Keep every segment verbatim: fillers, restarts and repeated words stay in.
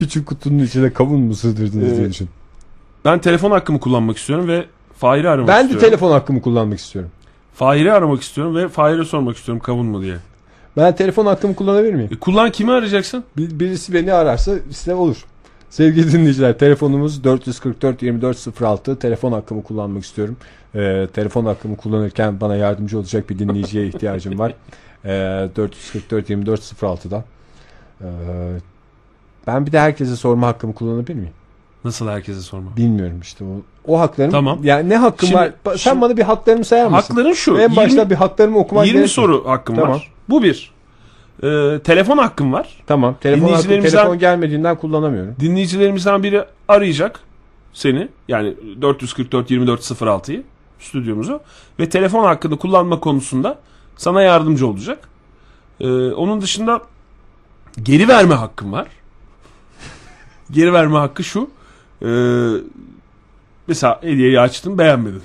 Küçük kutunun içine kavun mu sığdırdınız Ee, diye düşün. Ben telefon hakkımı kullanmak istiyorum ve Fahir'i aramak Ben de istiyorum. telefon hakkımı kullanmak istiyorum. Fahir'i aramak istiyorum ve Fahir'e sormak istiyorum kavun mu diye. Ben telefon hakkımı kullanabilir miyim? E, kullan, kimi arayacaksın? Bir, birisi beni ararsa işte olur. Sevgili dinleyiciler, telefonumuz dört yüz kırk dört yirmi dört sıfır altı. Telefon hakkımı kullanmak istiyorum. Ee, telefon hakkımı kullanırken bana yardımcı olacak bir dinleyiciye ihtiyacım var. Ee, dört yüz kırk dört yirmi dört sıfır altı'da. Ee, ben bir de herkese sorma hakkımı kullanabilir miyim? Nasıl herkese sorma? Bilmiyorum işte o. O haklarım. Tamam. Yani ne hakkım Şimdi- var? Sen şimdi- bana bir haklarımı sayar mısın? Hakların şu. En başta yirmi bir haklarımı okumak yirmi gerekir. soru hakkım Tamam. var. Bu bir. Ee, telefon hakkım var. Tamam. Telefon, hakkım, Dinleyicilerimizden- telefon gelmediğinden kullanamıyorum. Dinleyicilerimizden biri arayacak seni. Yani dört yüz kırk dört yirmi dört sıfır altı'yı, stüdyomuzu, ve telefon hakkını kullanma konusunda sana yardımcı olacak. Ee, onun dışında geri verme hakkım var. Geri verme hakkı şu. Ee, mesela hediyeyi açtın, beğenmedin.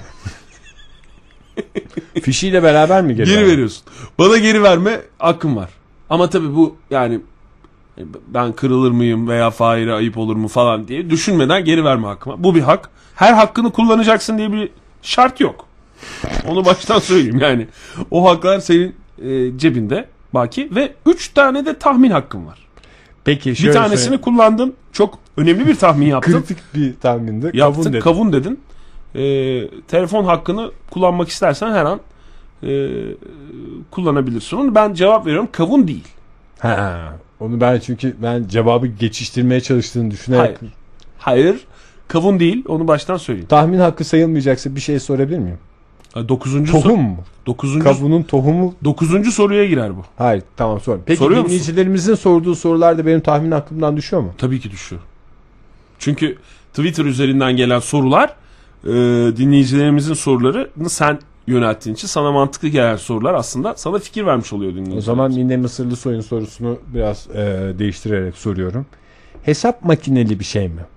Fişiyle beraber mi geri, Geri verdim? veriyorsun. Bana geri verme hakkım var. Ama tabii bu yani ben kırılır mıyım veya Fahir'e ayıp olur mu falan diye düşünmeden geri verme hakkım var. Bu bir hak. Her hakkını kullanacaksın diye bir şart yok. Onu baştan söyleyeyim yani. O haklar senin e, cebinde baki ve üç tane de tahmin hakkım var. Peki şöyle Bir tanesini söyleyeyim. kullandın. Çok önemli bir tahmin yaptın. Kritik bir tahmindi. Yaptın, Kavun kavun dedim. dedin. Ee, telefon hakkını kullanmak istersen her an e, kullanabilirsin. Onu ben cevap veriyorum. Kavun değil. Ha, onu ben çünkü ben cevabı geçiştirmeye çalıştığını düşünerek. Hayır. Hayır. Kavun değil. Onu baştan söyleyeyim. Tahmin hakkı sayılmayacaksa bir şey sorabilir miyim? Dokuzuncu Tohum soru. mu? Dokuzuncu, Kavunun tohumu. dokuzuncu soruya girer bu. Hayır, tamam sor. Peki Soruyor musun? dinleyicilerimizin sorduğu sorular da benim tahmin hakkımdan düşüyor mu? Tabii ki düşüyor. Çünkü Twitter üzerinden gelen sorular e, dinleyicilerimizin sorularını sen yönelttiğin için sana mantıklı gelen sorular aslında sana fikir vermiş oluyor dinleyicilerimiz. O zaman yine Mısırlı soyun sorusunu biraz e, değiştirerek soruyorum. Hesap makineli bir şey mi?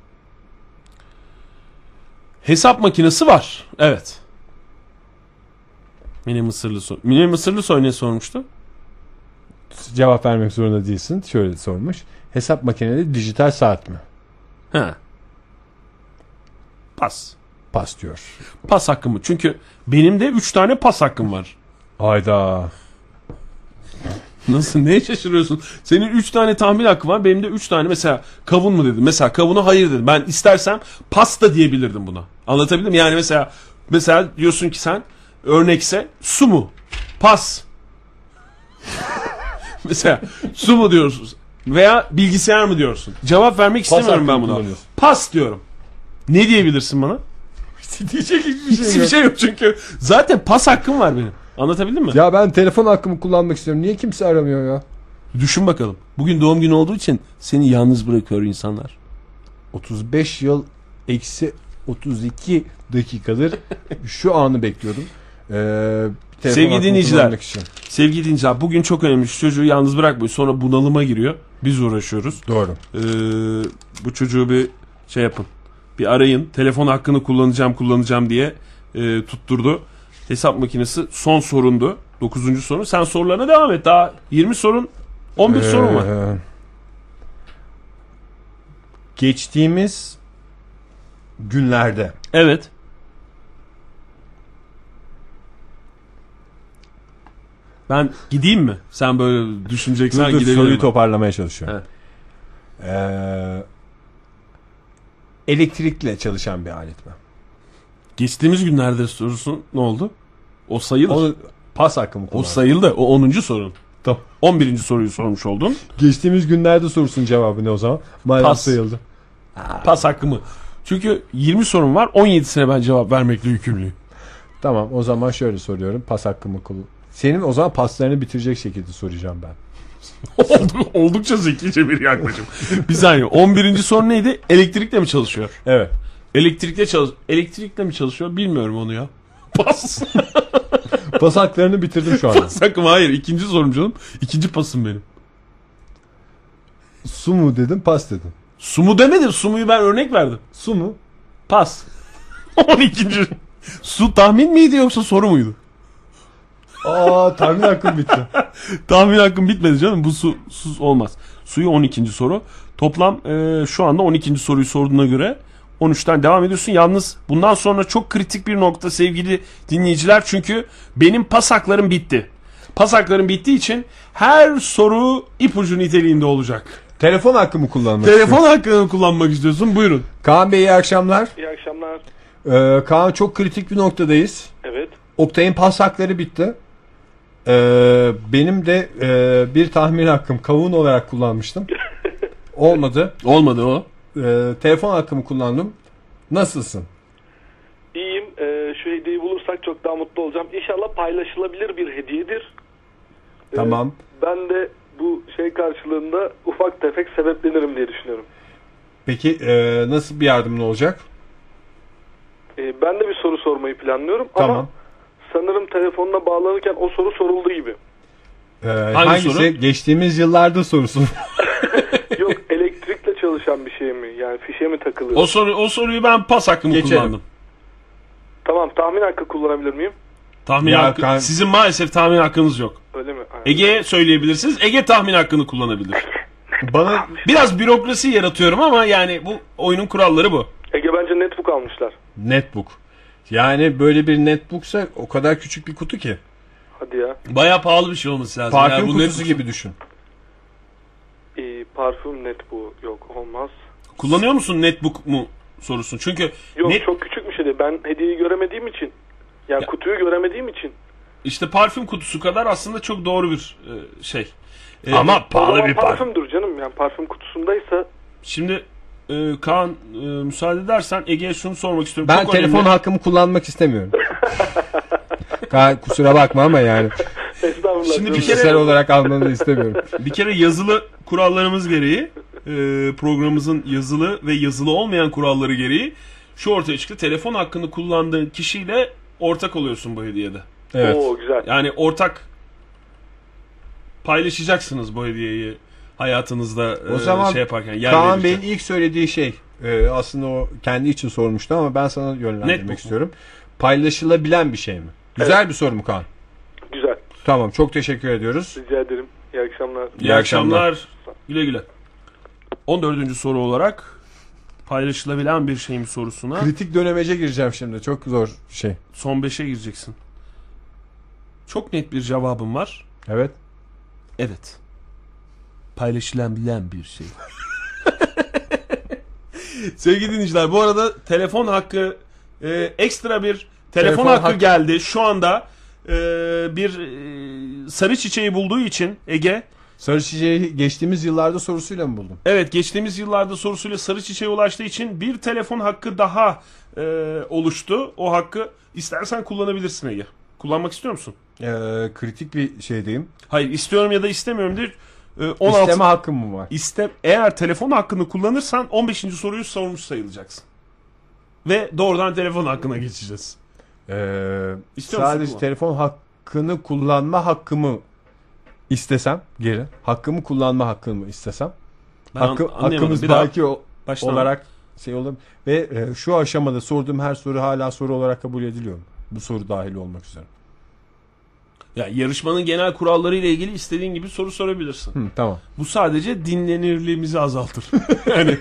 Hesap makinesi var. Evet. Mine Mısırlı soy. Mine Mısırlı soy ne sormuştu? Cevap vermek zorunda değilsin. Şöyle sormuş. Hesap makineli dijital saat mi? He. Pas. Pas diyor. Pas hakkım mı? Çünkü benim de üç tane pas hakkım var. Hayda. Nasıl? Neye şaşırıyorsun? Senin üç tane tahmin hakkın var. Benim de üç tane. Mesela kavun mu dedim. Mesela kavuna hayır dedim. Ben istersem pasta diyebilirdim buna. Anlatabildim mi? Yani mesela mesela diyorsun ki sen örnekse su mu? Pas. Mesela su mu diyorsun? Veya bilgisayar mı diyorsun? Cevap vermek istemiyorum ben hakkını buna. kullanıyorsun. Pas diyorum. Ne diyebilirsin bana? Diyecek hiçbir şey Hiçbir yok. şey yok çünkü. Zaten pas hakkım var benim. Anlatabildim mi? Ya ben telefon hakkımı kullanmak istiyorum. Niye kimse aramıyor ya? Düşün bakalım. Bugün doğum günü olduğu için seni yalnız bırakıyor insanlar. otuz beş yıl eksi otuz iki dakikadır şu anı bekliyordum. Ee, telefon Sevgili hakkımı dinleyiciler. kullanmak için. Sevgili dinleyiciler, bugün çok önemli. Şu çocuğu yalnız bırakmayın. Sonra bunalıma giriyor. Biz uğraşıyoruz. Doğru. Ee, bu çocuğu bir şey yapın. Bir arayın. Telefon hakkını kullanacağım kullanacağım diye e, tutturdu. Hesap makinesi son sorundu. Dokuzuncu soru. Sen sorularına devam et. Daha yirmi sorun, on bir Ee, sorun var. Geçtiğimiz günlerde Evet. Ben gideyim mi? Sen böyle düşüneceksen dur, dur, gidelim. soruyu toparlamaya çalışıyorum. Evet. Ee, elektrikle çalışan bir alet mi? Geçtiğimiz günlerde sorusun ne oldu? O sayılır. Onu pas hakkımı O kullandım. sayıldı. O onuncu sorun. Tamam. on birinci soruyu sormuş oldun. Geçtiğimiz günlerde sorusun cevabı ne o zaman? Madem Pas. sayıldı. Pas hakkımı. Çünkü yirmi sorun var. on yedisine ben cevap vermekle yükümlüyüm. Tamam, o zaman şöyle soruyorum. Pas hakkımı kullan. Senin o zaman paslarını bitirecek şekilde soracağım ben. Oldukça zekice bir yaklaşım. Bir saniye. on birinci soru neydi? Elektrikle mi çalışıyor? Evet. Elektrikle çalış Elektrikle mi çalışıyor? Bilmiyorum onu ya. Pas. Pas haklarını bitirdim şu anda. Pas hakkım. Hayır. İkinci sorum canım. İkinci pasım benim. Su mu dedim, pas dedim. Su mu demedim. Sumuyu ben örnek verdim. Su mu? Pas. on ikinci. Su tahmin miydi yoksa soru muydu? Aa, tahmin hakkım bitti. Tahmin hakkım bitmedi canım. Bu su, sus olmaz. Suyu on ikinci soru. Toplam e, şu anda on ikinci soruyu sorduğuna göre on üçten devam ediyorsun. Yalnız bundan sonra çok kritik bir nokta sevgili dinleyiciler. Çünkü benim pas haklarım bitti. Pas haklarım bittiği için her soru ipucu niteliğinde olacak. Telefon hakkımı kullanmak Telefon istiyorum. hakkını kullanmak istiyorsun. Buyurun. Kaan Bey iyi akşamlar. İyi akşamlar. Ee, Kaan çok kritik bir noktadayız. Evet. Oktay'ın pas hakları bitti. Ee, benim de e, bir tahmin hakkım kavun olarak kullanmıştım. Olmadı. Olmadı o. Ee, telefon hakkımı kullandım. Nasılsın? İyiyim. Ee, şu hediyeyi bulursak çok daha mutlu olacağım. İnşallah paylaşılabilir bir hediyedir. Ee, Tamam. Ben de bu şey karşılığında ufak tefek sebeplenirim diye düşünüyorum. Peki e, nasıl bir yardımın olacak? Ee, ben de bir soru sormayı planlıyorum. Tamam. Ama sanırım telefonla bağlanırken o soru soruldu gibi. Ee, hangisi? soru? Geçtiğimiz yıllarda sorusu. Yok, elektrikle çalışan bir şey mi? Yani fişe mi takılıyor? O soru o soruyu ben pas hakkımı Geçelim. kullandım. Tamam, tahmin hakkı kullanabilir miyim? Tahmin Ya hakkı. kan- Sizin maalesef tahmin hakkınız yok. Öyle mi? Aynen. Ege'ye söyleyebilirsiniz. Ege tahmin hakkını kullanabilir. Bana Biraz bürokrasi yaratıyorum ama yani bu oyunun kuralları bu. Ege, bence netbook almışlar. netbook. Yani böyle bir netbooksa o kadar küçük bir kutu ki. Hadi ya. Bayağı pahalı bir şey olması lazım. Parfüm Yani bu kutusu net- gibi düşün. Ee, parfüm netbook yok, olmaz. Kullanıyor musun netbook mu sorusun? Çünkü Yok, net, çok küçük bir şey değil. Ben hediyeyi göremediğim için. Yani Ya. kutuyu göremediğim için. işte parfüm kutusu kadar aslında çok doğru bir e, şey. E, Ama O pahalı zaman bir parfüm. parfümdür canım. Yani parfüm kutusundaysa Şimdi e, Kaan e, müsaade edersen Ege'ye şunu sormak istiyorum. Ben Çok telefon önemli. hakkımı kullanmak istemiyorum. Kaan, kusura bakma ama yani estağfurullah. Şimdi bir canım. kere- kişisel olarak almanı istemiyorum. Bir kere yazılı kurallarımız gereği e, programımızın yazılı ve yazılı olmayan kuralları gereği şu ortaya çıktı. Telefon hakkını kullandığın kişiyle ortak oluyorsun bu hediyede. Evet. Oo, güzel. Yani ortak paylaşacaksınız bu hediyeyi hayatınızda O e, zaman şey yaparken. Yer Kaan verirken. Bey'in ilk söylediği şey e, aslında o kendi için sormuştu ama ben sana yönlendirmek Netbook mu? istiyorum. Paylaşılabilen bir şey mi? Güzel bir soru mu Kaan? Güzel. Tamam, çok teşekkür ediyoruz. Rica ederim. İyi akşamlar. İyi, İyi akşamlar. akşamlar. Güle güle. on dördüncü soru olarak paylaşılabilen bir şey mi sorusuna Kritik dönemece gireceğim şimdi. Çok zor şey. son beşe gireceksin. Çok net bir cevabım var. Evet. Evet. Paylaşılabilen bir şey. Sevgili dinleyiciler, bu arada telefon hakkı e, ekstra bir telefon, Telefon hakkı hakkı- geldi. Şu anda e, bir e, sarı çiçeği bulduğu için Ege, Sarı çiçeği geçtiğimiz yıllarda sorusuyla mı buldum? evet, geçtiğimiz yıllarda sorusuyla sarı çiçeğe ulaştığı için bir telefon hakkı daha e, oluştu. O hakkı istersen kullanabilirsin Ege. Kullanmak istiyor musun? Ee, kritik bir şeydeyim. Hayır, istiyorum ya da istemiyorum değil. E, on altı İsteme hakkım mı var? İste, eğer telefon hakkını kullanırsan on beşinci soruyu sormuş sayılacaksın. Ve doğrudan telefon hakkına geçeceğiz. Ee, İstiyor musun sadece kullan? telefon hakkını kullanma hakkımı istesem geri. Hakkımı kullanma hakkımı istesem. Ben Hakkı, an- anlayamadım. hakkımız Bir daha belki o, baştan olarak şey olur. Ve e, şu aşamada sorduğum her soru hala soru olarak kabul ediliyor mu? Bu soru dahil olmak üzere. Ya, yarışmanın genel kuralları ile ilgili istediğin gibi soru sorabilirsin. Hı, tamam. Bu sadece dinlenirliğimizi azaltır. Yani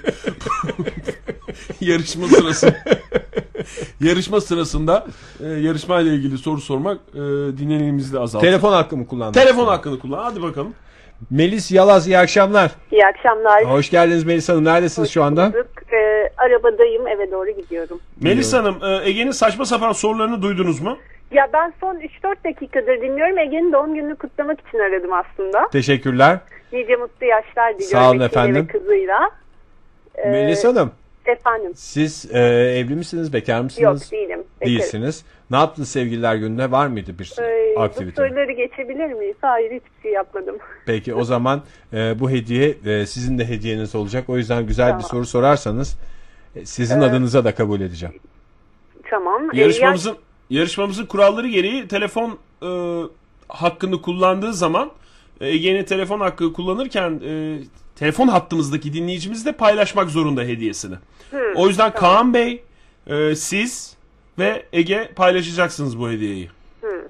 yarışma sırasında yarışma sırasında e, yarışma ile ilgili soru sormak e, dinlenirliğimizi de azaltır. Telefon hakkımı kullanmak Telefon istiyorum. hakkını kullan. Hadi bakalım. Melis Yalaz, iyi akşamlar. İyi akşamlar. Hoş geldiniz Melis Hanım. Neredesiniz şu anda? bulduk. Ee, arabadayım, eve doğru gidiyorum. Melis Hanım, e, Ege'nin saçma sapan sorularını duydunuz mu? Ya ben son üç dört dakikadır dinliyorum. Ege'nin doğum gününü kutlamak için aradım aslında. Teşekkürler. Nice mutlu yaşlar diliyorum. Sağ olun eşiyle efendim. Ve kızıyla. Ee, Melis Hanım, Efendim. siz e, evli misiniz, bekar Yok, mısınız? değilim. Bekarım. Değilsiniz. Ne yaptınız sevgililer gününde? Var mıydı bir Ee, bu aktivite? soruları geçebilir miyiz? Hayır, hiçbir şey yapmadım. Peki o zaman e, bu hediye e, sizin de hediyeniz olacak. O yüzden güzel Tamam. bir soru sorarsanız e, sizin Ee, adınıza da kabul edeceğim. Tamam. Ee, Yarışmamızın yarışmamızın kuralları gereği telefon e, hakkını kullandığı zaman e, Ege'nin telefon hakkı kullanırken e, telefon hattımızdaki dinleyicimiz de paylaşmak zorunda hediyesini. Hı, O yüzden Kaan Bey, e, siz ve Ege paylaşacaksınız bu hediyeyi. Hı.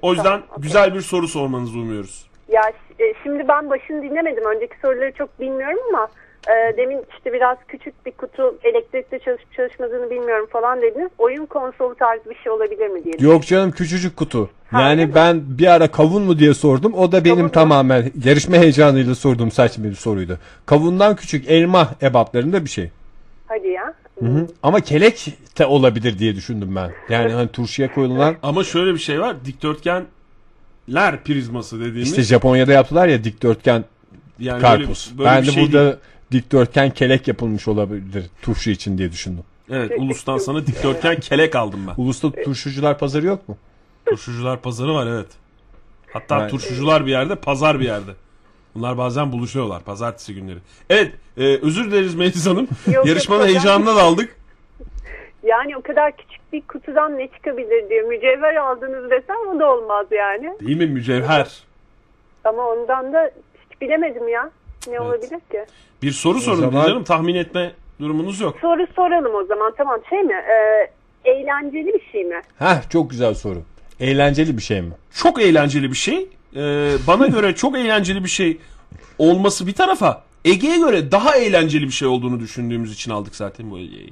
O yüzden Tamam, okey. güzel bir soru sormanızı umuyoruz. Ya e, şimdi ben başını dinlemedim. Önceki soruları çok bilmiyorum ama e, demin işte biraz küçük bir kutu elektrikte çalışıp çalışmadığını bilmiyorum falan dediniz. Oyun konsolu tarzı bir şey olabilir mi diye. Yok canım, küçücük kutu. Ha, Yani değil mi? ben bir ara kavun mu diye sordum. O da benim Kavun mu? tamamen yarışma heyecanıyla sorduğum saçma bir soruydu. Kavundan küçük elma ebatlarında bir şey. Hadi ya. Hı hı. Ama kelek de olabilir diye düşündüm ben. Yani hani turşuya koyulan, Ama şöyle bir şey var. Dikdörtgenler prizması dediğimiz. işte Japonya'da yaptılar ya dikdörtgen yani karpuz. böyle, böyle Ben bir de şey burada değil. dikdörtgen kelek yapılmış olabilir turşu için diye düşündüm. Evet, Ulus'tan sana dikdörtgen kelek aldım ben. Ulus'ta turşucular pazarı yok mu? Turşucular pazarı var, evet. Hatta Yani- turşucular bir yerde, pazar bir yerde. Bunlar bazen buluşuyorlar pazartesi günleri. Evet, e, özür dileriz Melis Hanım. yok, Yarışmanın yok. heyecanına daldık. Yani o kadar küçük bir kutudan ne çıkabilir diyor. Mücevher aldınız desem o da olmaz yani. Değil mi, mücevher? Ama ondan da hiç bilemedim ya. Ne olabilir ki? Bir soru sorun zaman- canım, tahmin etme durumunuz yok. Soru soralım o zaman. Tamam, şey mi? Ee, eğlenceli bir şey mi? Heh, çok güzel soru. Eğlenceli bir şey mi? Çok eğlenceli bir şey. Ee, bana göre çok eğlenceli bir şey olması bir tarafa, Ege'ye göre daha eğlenceli bir şey olduğunu düşündüğümüz için aldık zaten bu Ege'yi.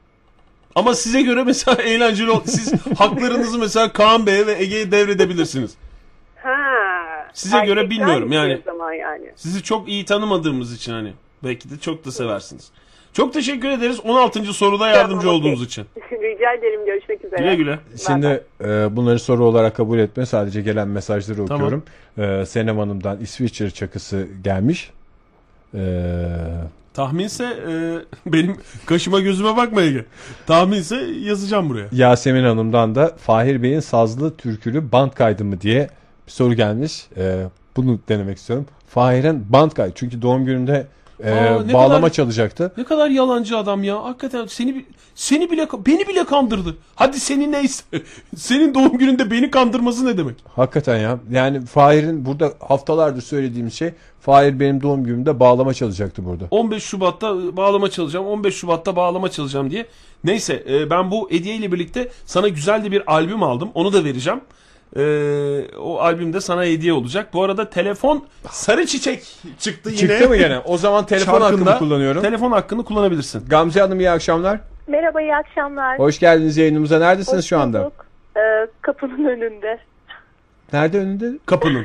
Ama size göre mesela eğlenceli ol- siz haklarınızı mesela Kaan Bey'e ve Ege'ye devredebilirsiniz. Ha. Size erkekler göre bilmiyorum istiyor yani. o zaman yani. Sizi çok iyi tanımadığımız için hani belki de çok da seversiniz. Çok teşekkür ederiz on altıncı soruda yardımcı Tamam, okey. olduğunuz için. Rica ederim. Görüşmek üzere. Güle güle. Şimdi e, bunları soru olarak kabul etme. Sadece gelen mesajları Tamam. okuyorum. E, Senem Hanım'dan İsviçre çakısı gelmiş. E, Tahminse e, benim kaşıma gözüme bakma Ege. Tahminse yazacağım buraya. Yasemin Hanım'dan da Fahir Bey'in sazlı türkülü band kaydı mı diye bir soru gelmiş. E, bunu denemek istiyorum. Fahir'in band kaydı. Çünkü doğum gününde e, Aa, ne bağlama kadar- çalacaktı. Ne kadar yalancı adam ya. Hakikaten seni bi- seni bile beni bile kandırdı. Hadi seni neyse. Senin doğum gününde beni kandırması ne demek? Hakikaten ya. Yani Fahir'in burada haftalardır söylediğim şey, Fahir benim doğum günümde bağlama çalacaktı burada. on beş Şubat'ta bağlama çalacağım. on beş Şubat'ta bağlama çalacağım diye. Neyse e, ben bu hediye ile birlikte sana güzel de bir albüm aldım. Onu da vereceğim. E, o albüm de sana hediye olacak. Bu arada telefon Sarı Çiçek çıktı yine. Çıktı mı gene? O zaman telefon Şarkında hakkımı kullanıyorum. Telefon hakkını kullanabilirsin. Gamze Hanım, iyi akşamlar. Merhaba, iyi akşamlar. Hoş geldiniz yayınımıza. Neredesiniz Hoş şu anda? bulduk. Ee, kapının önünde. Nerede önünde? Kapının.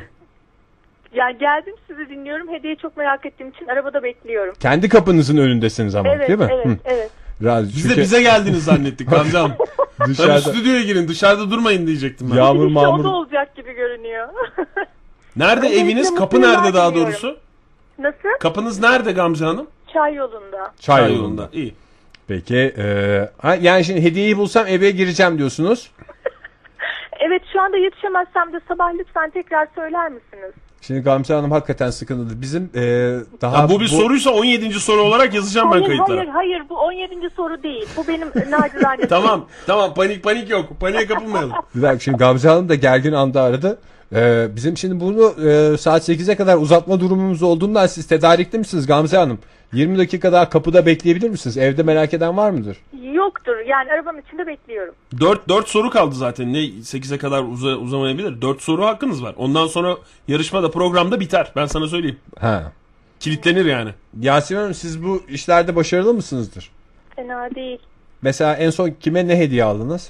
Yani geldim, sizi dinliyorum. Hediye çok merak ettiğim için arabada bekliyorum. Kendi kapınızın önündesiniz ama, Evet, değil mi? evet, Hı. evet. Radyo, Biz çünkü de bize geldiniz zannettik Gamze Hanım. Tabii dışarıda stüdyoya girin, dışarıda durmayın diyecektim ben. yağmur İşte o da mağmur. olacak gibi görünüyor. Nerede Öncelikle eviniz? Kapı mutlu yıllar nerede daha diliyorum. doğrusu? Nasıl? Kapınız nerede Gamze Hanım? Çay yolunda. Çay yolunda. İyi. Peki. E, ha, yani şimdi hediyeyi bulsam eve gireceğim diyorsunuz. Evet, şu anda yetişemezsem de sabah lütfen tekrar söyler misiniz? Şimdi Gamze Hanım hakikaten sıkıntılı. Bizim e, daha Ha, bu bir soruysa on yedinci soru olarak yazacağım ben Hayır, kayıtlara. hayır, hayır. Bu on yedinci soru değil. Bu benim nacizane. Tamam, tamam, panik panik yok. Paniğe kapılmayalım. Bir dakika, şimdi Gamze Hanım da gergin anda aradı. Ee, bizim şimdi bunu e, saat sekize kadar uzatma durumumuz olduğundan siz tedarikli misiniz Gamze Hanım? yirmi dakika daha kapıda bekleyebilir misiniz? Evde merak eden var mıdır? Yoktur. Yani arabanın içinde bekliyorum. dört dört soru kaldı zaten. Ne sekize kadar uza, uzamayabilir. dört soru hakkınız var. Ondan sonra yarışmada, programda biter. Ben sana söyleyeyim. Ha. Kilitlenir yani. Yasemin Hanım, siz bu işlerde başarılı mısınızdır? Fena değil. Mesela en son kime ne hediye aldınız?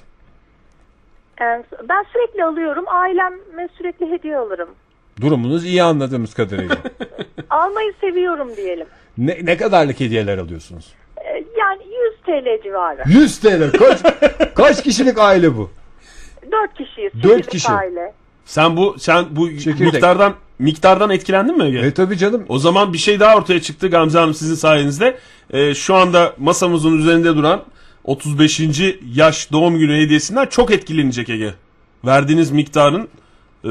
Yani ben sürekli alıyorum. Aileme sürekli hediye alırım. Durumunuz iyi anladığımız kadarıyla. Almayı seviyorum diyelim. ne, ne kadarlık hediyeler alıyorsunuz? Ee, Yani yüz T L civarı. yüz T L. Kaç, kaç kişilik aile bu? Dört kişiyiz. Dört çekirdek kişi. Aile. Sen bu sen bu Çekirdek. miktardan miktardan etkilendin mi Ege? E tabii canım. O zaman bir şey daha ortaya çıktı Gamze Hanım sizin sayenizde. Ee, şu anda masamızın üzerinde duran otuz beşinci yaş doğum günü hediyesinden çok etkilenecek Ege. Verdiğiniz miktarın e,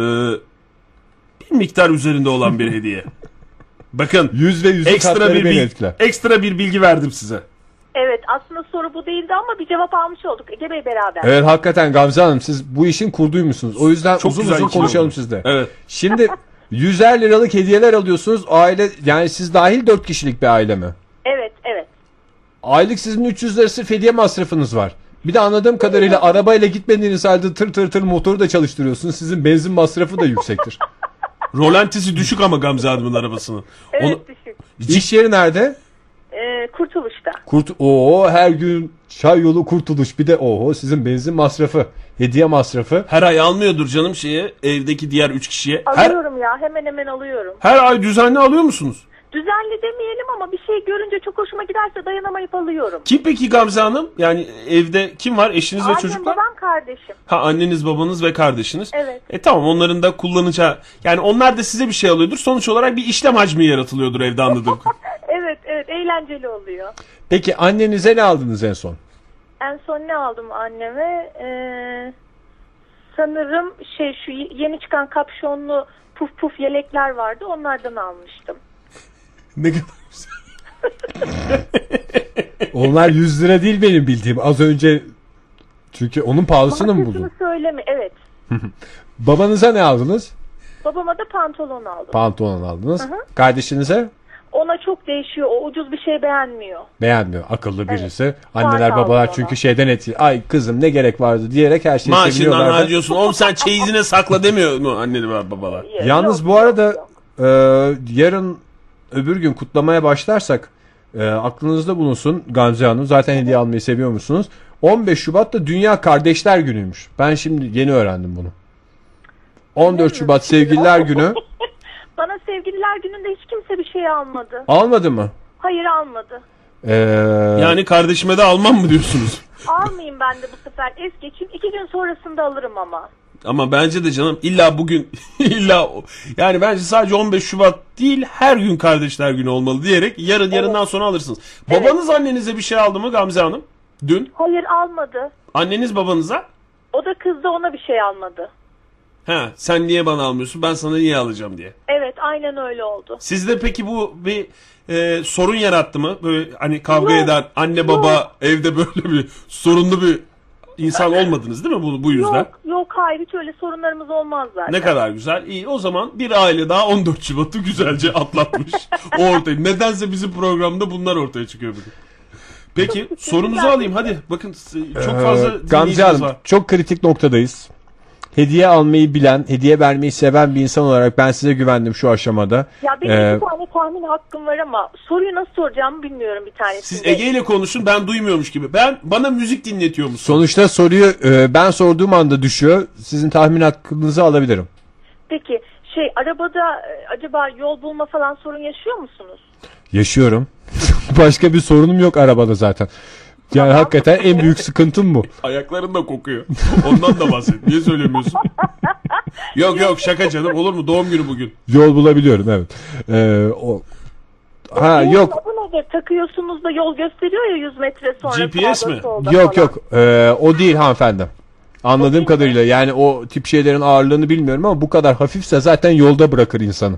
bir miktar üzerinde olan bir hediye. Bakın yüz ve yüzün ekstra katları bir beni bil- etkiler. ekstra bir bilgi verdim size. Evet, aslında soru bu değildi ama bir cevap almış olduk. Ege Bey beraber. Evet, hakikaten Gamze Hanım, siz bu işin kurduymuşsunuz. O yüzden Çok uzun güzel uzun ikili konuşalım oldu. sizde. Evet. Şimdi yüzer liralık hediyeler alıyorsunuz. Aile, yani siz dahil dört kişilik bir aile mi? Evet, evet. Aylık sizin üç yüz lirası hediye masrafınız var. Bir de anladığım kadarıyla arabayla gitmediğiniz halde tır tır tır motoru da çalıştırıyorsunuz. Sizin benzin masrafı da yüksektir. Rolantisi düşük ama Gamze Hanım'ın arabasının. Evet Onu... düşük. İş yeri nerede? Ee, Kurtuluş'ta. Kurt Oo her gün çay yolu Kurtuluş, bir de oho sizin benzin masrafı, hediye masrafı. Her ay almıyordur canım şeye, evdeki diğer üç kişiye. Her, Alıyorum ya, hemen hemen alıyorum. her ay düzenli alıyor musunuz? Düzenli demeyelim ama bir şey görünce çok hoşuma giderse dayanamayıp alıyorum. Kim peki Gamze Hanım? Yani evde kim var? Eşiniz ve Annem, çocuklar? babam, kardeşim. Ha, anneniz, babanız ve kardeşiniz. Evet. E tamam, onların da kullanacağı, yani onlar da size bir şey alıyordur. Sonuç olarak bir işlem hacmi yaratılıyordur evde, anladığım. Evet evet, eğlenceli oluyor. Peki annenize ne aldınız en son? En son ne aldım anneme? Ee, sanırım şey şu yeni çıkan kapşonlu puf puf yelekler vardı, onlardan almıştım. Ne kadar Onlar yüz lira değil benim bildiğim. Az önce, çünkü onun pahalısını mı buldun? Markasını söyleme, evet. Babanıza ne aldınız? Babama da pantolon aldım. Pantolon aldınız. Hı hı. Kardeşinize? Ona çok değişiyor, o ucuz bir şey beğenmiyor. Beğenmiyor. Akıllı birisi. Evet. Anneler Fark babalar aldı çünkü ona. şeyden etkili. Ay kızım ne gerek vardı diyerek her şeyi maaşından seviniyorlar. harcıyorsun. Oğlum sen çeyizine sakla demiyor mu anneler babalar? Yalnız Yok, bu arada yok, yok. e, yarın öbür gün kutlamaya başlarsak e, aklınızda bulunsun Gamze Hanım. Zaten hediye almayı seviyor musunuz? on beş Şubat'ta Dünya Kardeşler Günü'ymüş. Ben şimdi yeni öğrendim bunu. on dört Şubat Sevgililer Günü. Bana sevgililer gününde hiç kimse bir şey almadı. Almadı mı? Hayır, almadı. Ee, Yani kardeşime de almam mı diyorsunuz? Almayayım ben de bu sefer, es geçeyim. İki gün sonrasında alırım ama. Ama bence de canım, illa bugün illa o- yani bence sadece on beş Şubat değil, her gün Kardeşler Günü olmalı diyerek yarın yarından sonra alırsınız. Evet. Babanız annenize bir şey aldı mı Gamze Hanım? Dün. Hayır, almadı. Anneniz babanıza? O da kızdı, ona bir şey almadı. Ha, sen niye bana almıyorsun, ben sana niye alacağım diye. Evet, aynen öyle oldu. Sizde peki bu bir e, sorun yarattı mı? Böyle hani kavga Yok, eden anne baba evde böyle bir sorunlu bir insan olmadınız değil mi bu, bu yüzden? Yok yok, hayır, hiç öyle sorunlarımız olmaz zaten. Ne kadar güzel. İyi, o zaman bir aile daha on dört Şubat'ı güzelce atlatmış. O ortaya. Nedense bizim programda bunlar ortaya çıkıyor bugün. Peki sorunuzu alayım hadi. Bakın çok fazla Ee, Gamze dinleyicimiz Hanım var. çok kritik noktadayız. Hediye almayı bilen, hediye vermeyi seven bir insan olarak ben size güvendim şu aşamada. Ya benim Ee, bir tane tahmin hakkım var ama soruyu nasıl soracağımı bilmiyorum bir tanesinde. Siz Ege ile konuşun, ben duymuyormuş gibi. Ben bana müzik dinletiyor musun? Sonuçta soruyu e, ben sorduğum anda düşüyor. Sizin tahmin hakkınızı alabilirim. Peki şey, arabada e, acaba yol bulma falan sorun yaşıyor musunuz? Yaşıyorum. Başka bir sorunum yok arabada zaten. Yani hakikaten en büyük sıkıntım bu. Ayakların da kokuyor. Ondan da bahset. Niye söylemiyorsun? Yok yok, şaka canım, olur mu? Doğum günü bugün. Yol bulabiliyorum, evet. Ee, o... Ha Yolun yok. adı nedir? Takıyorsunuz da yol gösteriyor ya yüz metre sonra. G P S sağda, mi? solda Yok falan. yok. Ee, o değil hanımefendi. Anladığım kadarıyla yani o tip şeylerin ağırlığını bilmiyorum ama bu kadar hafifse zaten yolda bırakır insanı.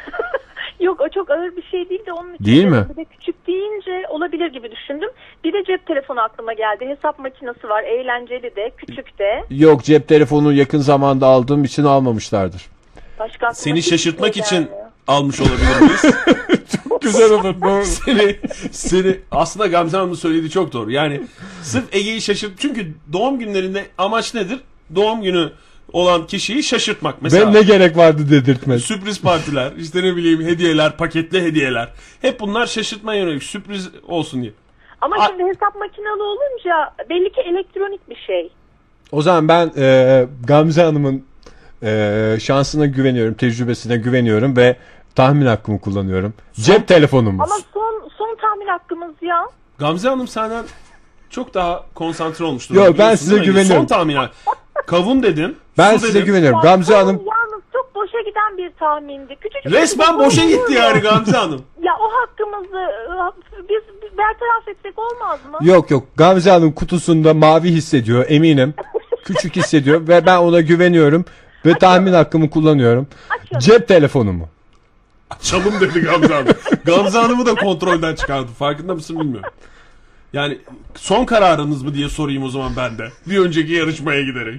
Yok, o çok ağır bir şey değil de onun için. Değil mi? Bir de küçük deyince olabilir gibi düşündüm. Bir de cep telefonu aklıma geldi. Hesap makinesi var. Eğlenceli de, küçük de. Yok, cep telefonu yakın zamanda aldığım için almamışlardır. Başka aklıma Seni hiçbir şaşırtmak şey için gelmiyor. almış olabilir miyiz? Güzel olur. seni, seni aslında Gamze Hanım'ın söylediği çok doğru. Yani sırf Ege'yi şaşırt. Çünkü doğum günlerinde amaç nedir? Doğum günü olan kişiyi şaşırtmak. Mesela Ben ne gerek vardı dedirtmez. sürpriz partiler, işte ne bileyim hediyeler, paketli hediyeler. Hep bunlar şaşırtmaya yönelik, sürpriz olsun diye. Ama A- şimdi hesap makinalı olunca belli ki elektronik bir şey. O zaman ben e, Gamze Hanım'ın e, şansına güveniyorum, tecrübesine güveniyorum ve tahmin hakkımı kullanıyorum. Cep telefonumuz. Ama son son tahmin hakkımız ya. Gamze Hanım senden çok daha konsantre olmuştur. Yok, ben Biliyorsun size değil mi? güveniyorum. Son tahmin. Kavun dedin. Ben su size dedin. güveniyorum. Ya Gamze son Hanım Yalnız çok boşa giden bir tahmindi. Küçücük Resmen bir boşa şey gitti olur yani mu? Gamze Hanım. Ya o hakkımızı e, biz, biz bertaraf etsek olmaz mı? yok yok, Gamze Hanım kutusunda mavi hissediyor eminim. Küçük hissediyor ve ben ona güveniyorum ve tahmin hakkımı kullanıyorum. Açıyorum. Cep telefonumu. Çalım dedi Gamze Hanım. Gamze Hanım'ı da kontrolden çıkardı. Farkında mısın bilmiyorum. Yani son kararınız mı diye sorayım o zaman ben de. Bir önceki yarışmaya giderek.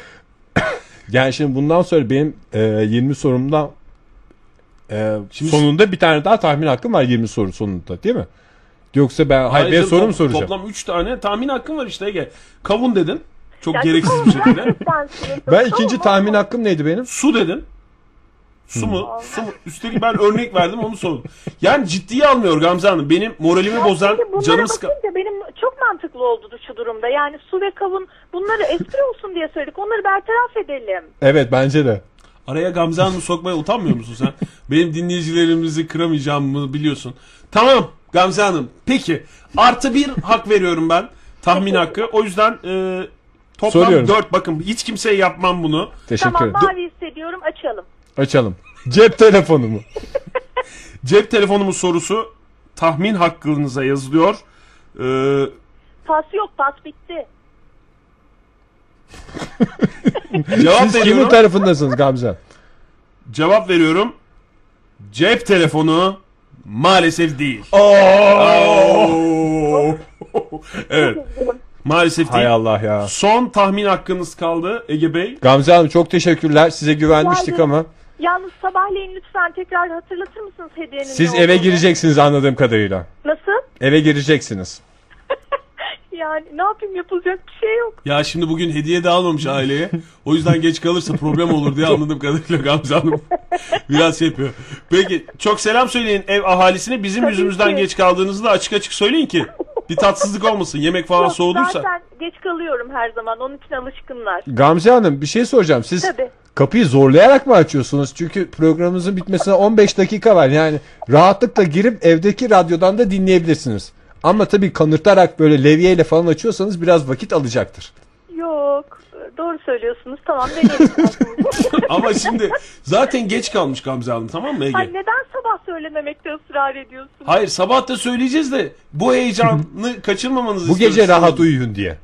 Yani şimdi bundan sonra benim e, yirmi sorumdan e, Şimdi- sonunda bir tane daha tahmin hakkım var yirmi soru sonunda, değil mi? Yoksa ben hayır, ben canım, soru mu top- soracağım? Toplam üç tane tahmin hakkın var işte Ege. Kavun dedin. Çok Yani gereksiz kavun bir şekilde. gerçekten sınırsız. Ben Kavun ikinci mu? tahmin hakkım neydi benim? Su dedin. Su mu? Su mu? Üstelik ben örnek verdim onu sordum. Yani ciddiye almıyor Gamze Hanım. Benim moralimi bozan, Şimdi bunlara canımı sıkan. bakınca benim çok mantıklı oldu şu durumda. Yani su ve kavun bunları espri olsun diye söyledik. Onları bertaraf edelim. Evet bence de. Araya Gamze Hanım'ı sokmaya utanmıyor musun sen? Benim dinleyicilerimizi kıramayacağımı biliyorsun. Tamam Gamze Hanım. Peki. Artı bir hak veriyorum ben. Tahmin hakkı. O yüzden e, toplam Soruyorum. dört. Bakın hiç kimseye yapmam bunu. Teşekkür Tamam, ederim. mavi hissediyorum, açalım. Açalım. Cep telefonu mu? Cep telefonumun sorusu tahmin hakkınıza yazılıyor. Ee, Pas yok, pas bitti. cevap Siz kimin veriyorum. tarafındasınız Gamze? Cevap veriyorum. Cep telefonu maalesef değil. Oo. Evet. Maalesef değil. Hay Allah ya. Son tahmin hakkınız kaldı Ege Bey. Gamze Hanım çok teşekkürler. Size güvenmiştik Rica ama Yalnız sabahleyin lütfen tekrar hatırlatır mısınız hediyenin siz ne eve olduğunu? gireceksiniz anladığım kadarıyla. Nasıl? Eve gireceksiniz. Yani ne yapayım, yapılacak bir şey yok. Ya şimdi bugün hediye de almamış aileye. O yüzden geç kalırsa problem olur diye anladığım kadarıyla Gamze Hanım biraz şey yapıyor. Peki çok selam söyleyin ev ahalisine. Bizim Tabii yüzümüzden ki. geç kaldığınızı da açık açık söyleyin ki bir tatsızlık olmasın. Yemek falan Yok, soğuduysa. Zaten geç kalıyorum her zaman. Onun için alışkınlar. Gamze Hanım bir şey soracağım. Siz Tabii. kapıyı zorlayarak mı açıyorsunuz? Çünkü programımızın bitmesine on beş dakika var. Yani rahatlıkla girip evdeki radyodan da dinleyebilirsiniz. Ama tabii kanırtarak böyle levyeyle falan açıyorsanız biraz vakit alacaktır. Yok. Doğru söylüyorsunuz. Tamam, deneyelim. Ama şimdi zaten geç kalmış Gamze Hanım, tamam mı Ege? Ay, neden sabah söylememekte ısrar ediyorsun? Hayır sabah da söyleyeceğiz de bu heyecanı kaçırmamanızı Bu istiyoruz. gece rahat uyuyun diye.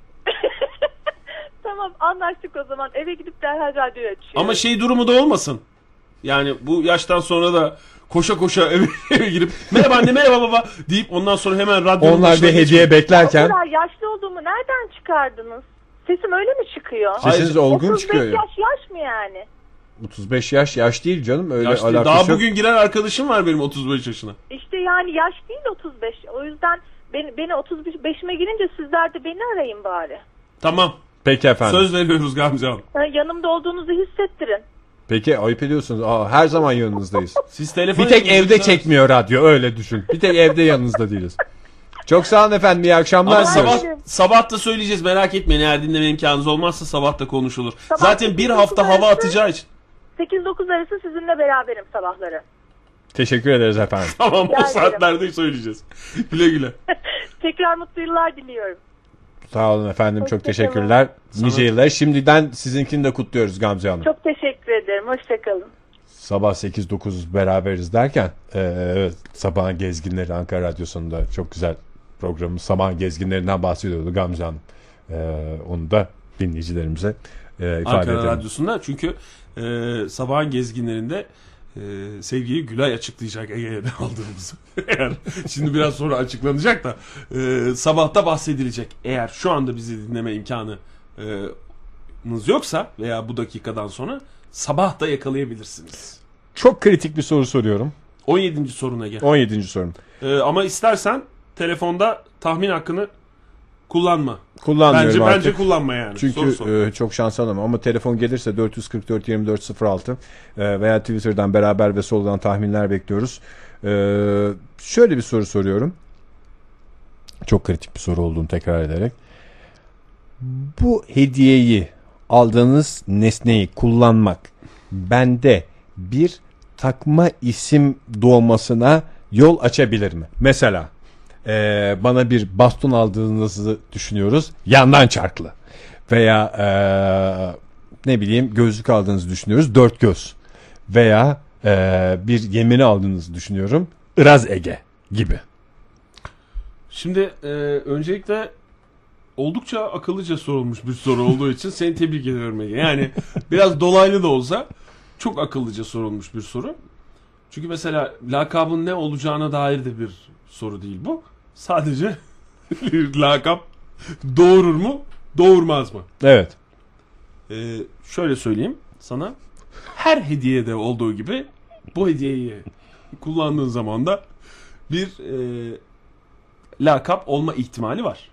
Tamam, anlaştık o zaman. Eve gidip derhal radyoyu açıyorum. Ama şey durumu da olmasın. Yani bu yaştan sonra da koşa koşa eve, eve girip merhaba anne merhaba baba deyip ondan sonra hemen radyonun Onlar başına bir hediye geçmek. beklerken O kadar yaşlı olduğumu nereden çıkardınız? Sesim öyle mi çıkıyor? sesiniz olgun otuz beş çıkıyor. ya. yaş yaş mı yani? otuz beş yaş yaş değil canım. Öyle Yaş değil. alakası Daha yok. bugün giren arkadaşım var benim otuz beş yaşına. İşte yani yaş değil otuz beş. O yüzden beni, beni otuz beşime girince sizler de beni arayın bari. Tamam. Peki efendim. Söz veriyoruz Gamze Hanım. Ha, yanımda olduğunuzu hissettirin. Peki ayıp ediyorsunuz. Aa, her zaman yanınızdayız. Siz telefon Bir tek edin, evde lütfen. çekmiyor radyo öyle düşün. Bir tek evde yanınızda değiliz. Çok sağ olun efendim, iyi akşamlar Ama diliyoruz. sabah, sabah da söyleyeceğiz, merak etmeyin, eğer dinleme imkanınız olmazsa sabah da konuşulur. Sabah Zaten bir sekiz hafta dokuz hava arası- atacağı için. sekiz dokuz arası sizinle beraberim sabahları. Teşekkür ederiz efendim. Tamam, Rica o ederim. saatlerde söyleyeceğiz. Güle güle. Tekrar mutlu yıllar diliyorum. Sağ olun efendim, çok Hoşçakalın. teşekkürler. Nice yıllar. Şimdiden sizinkini de kutluyoruz Gamze Hanım. Çok teşekkür ederim. Hoşçakalın. Sabah sekiz dokuz beraberiz derken e, evet, Sabahın Gezginleri Ankara Radyosu'nda çok güzel programımız Sabahın Gezginlerinden bahsediyordu Gamze Hanım. E, onu da dinleyicilerimize e, ifade Ankara edelim. Radyosu'nda çünkü e, sabahın gezginlerinde e, sevgili Gülay açıklayacak Ege'den aldığımızı. Eğer şimdi biraz sonra açıklanacak da e, sabahta bahsedilecek. Eğer şu anda bizi dinleme imkanınız yoksa veya bu dakikadan sonra sabah da yakalayabilirsiniz. Çok kritik bir soru soruyorum. on yedinci soruna gel. on yedinci sorum. E, ama istersen telefonda tahmin hakkını kullanma. Kullanmıyorum Bence artık. bence kullanma yani. Soru Çünkü sor. e, çok şans alamam ama telefon gelirse dört yüz kırk dört yirmi dört sıfır altı e, veya Twitter'dan beraber ve soldan tahminler bekliyoruz. E, şöyle bir soru soruyorum. Çok kritik bir soru olduğunu tekrar ederek. Bu hediyeyi, aldığınız nesneyi kullanmak bende bir takma isim doğmasına yol açabilir mi? Mesela Ee, bana bir baston aldığınızı düşünüyoruz. Yandan çarklı. Veya ee, ne bileyim gözlük aldığınızı düşünüyoruz. Dört göz. Veya ee, bir yemini aldığınızı düşünüyorum. Iraz Ege gibi. Şimdi e, öncelikle oldukça akıllıca sorulmuş bir soru olduğu için seni tebrik ediyorum Ege. Yani biraz dolaylı da olsa çok akıllıca sorulmuş bir soru. Çünkü mesela lakabın ne olacağına dair de bir soru değil bu. Sadece bir lakap doğurur mu, doğurmaz mı? Evet. Ee, şöyle söyleyeyim sana. Her hediyede olduğu gibi bu hediyeyi kullandığın zaman da bir e, lakap olma ihtimali var.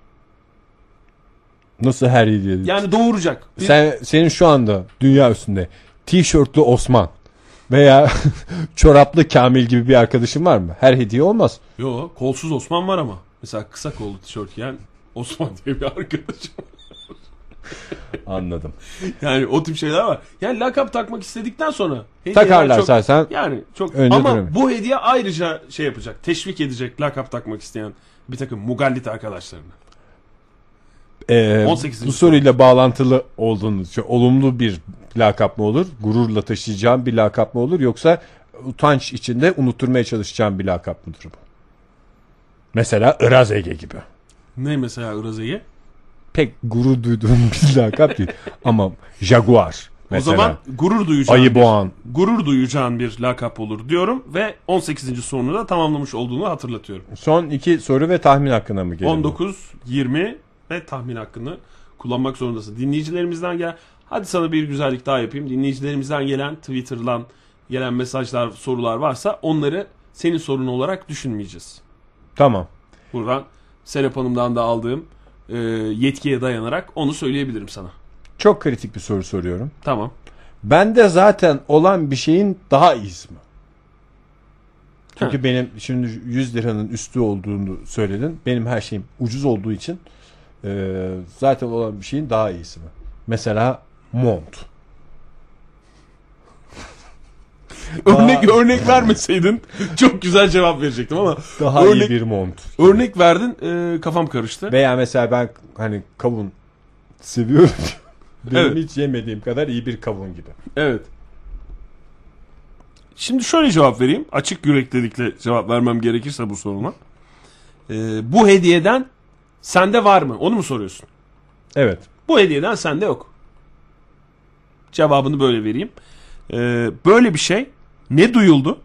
Nasıl her hediye? Yani doğuracak. Bir... Sen, senin şu anda dünya üstünde tişörtlü Osman veya çoraplı Kamil gibi bir arkadaşın var mı? Her hediye olmaz. Yo, kolsuz Osman var ama. Mesela kısa kollu tişört giyen Osman diye bir arkadaşım. Anladım. Yani o tip şeyler var. Yani lakap takmak istedikten sonra takarlar zaten. Yani çok önce ama dönemi. Bu hediye ayrıca şey yapacak. Teşvik edecek lakap takmak isteyen bir takım mugallit arkadaşlarını. Ee, on sekizinci bu soruyla bağlantılı olduğunu, şey, olumlu bir lakap mı olur? Gururla taşıyacağım bir lakap mı olur? Yoksa utanç içinde unutturmaya çalışacağım bir lakap mıdır bu? Mesela Iraz Ege gibi. Ne mesela Iraz Ege? Pek gurur duyduğum bir lakap değil. Ama Jaguar mesela. O zaman gurur duyacağın Ayı bir, Boğan. gurur duyacağın bir lakap olur diyorum ve on sekizinci sorunu da tamamlamış olduğunu hatırlatıyorum. Son iki soru ve tahmin hakkında mı geliyor? on dokuz, yirmi ve tahmin hakkını kullanmak zorundasın. Dinleyicilerimizden gel. Hadi sana bir güzellik daha yapayım. Dinleyicilerimizden gelen Twitter'dan gelen mesajlar, sorular varsa onları senin sorun olarak düşünmeyeceğiz. Tamam. Buradan Serap Hanım'dan da aldığım e, yetkiye dayanarak onu söyleyebilirim sana. Çok kritik bir soru soruyorum. Tamam. Bende zaten olan bir şeyin daha iyisi mi? Çünkü Heh. benim şimdi yüz liranın üstü olduğunu söyledin. Benim her şeyim ucuz olduğu için e, zaten olan bir şeyin daha iyisi mi? Mesela mont. Örnek daha... örnek vermeseydin çok güzel cevap verecektim ama daha örnek, iyi bir mont. Örnek verdin, e, kafam karıştı. Veya mesela ben hani kavun seviyorum. Benim Evet. hiç yemediğim kadar iyi bir kavun gibi. Evet. Şimdi şöyle cevap vereyim. Açık yüreklilikle cevap vermem gerekirse bu soruma. Ee, bu hediyeden sende var mı? Onu mu soruyorsun? Evet. Bu hediyeden sende yok. Cevabını böyle vereyim. Ee, böyle bir şey ne duyuldu?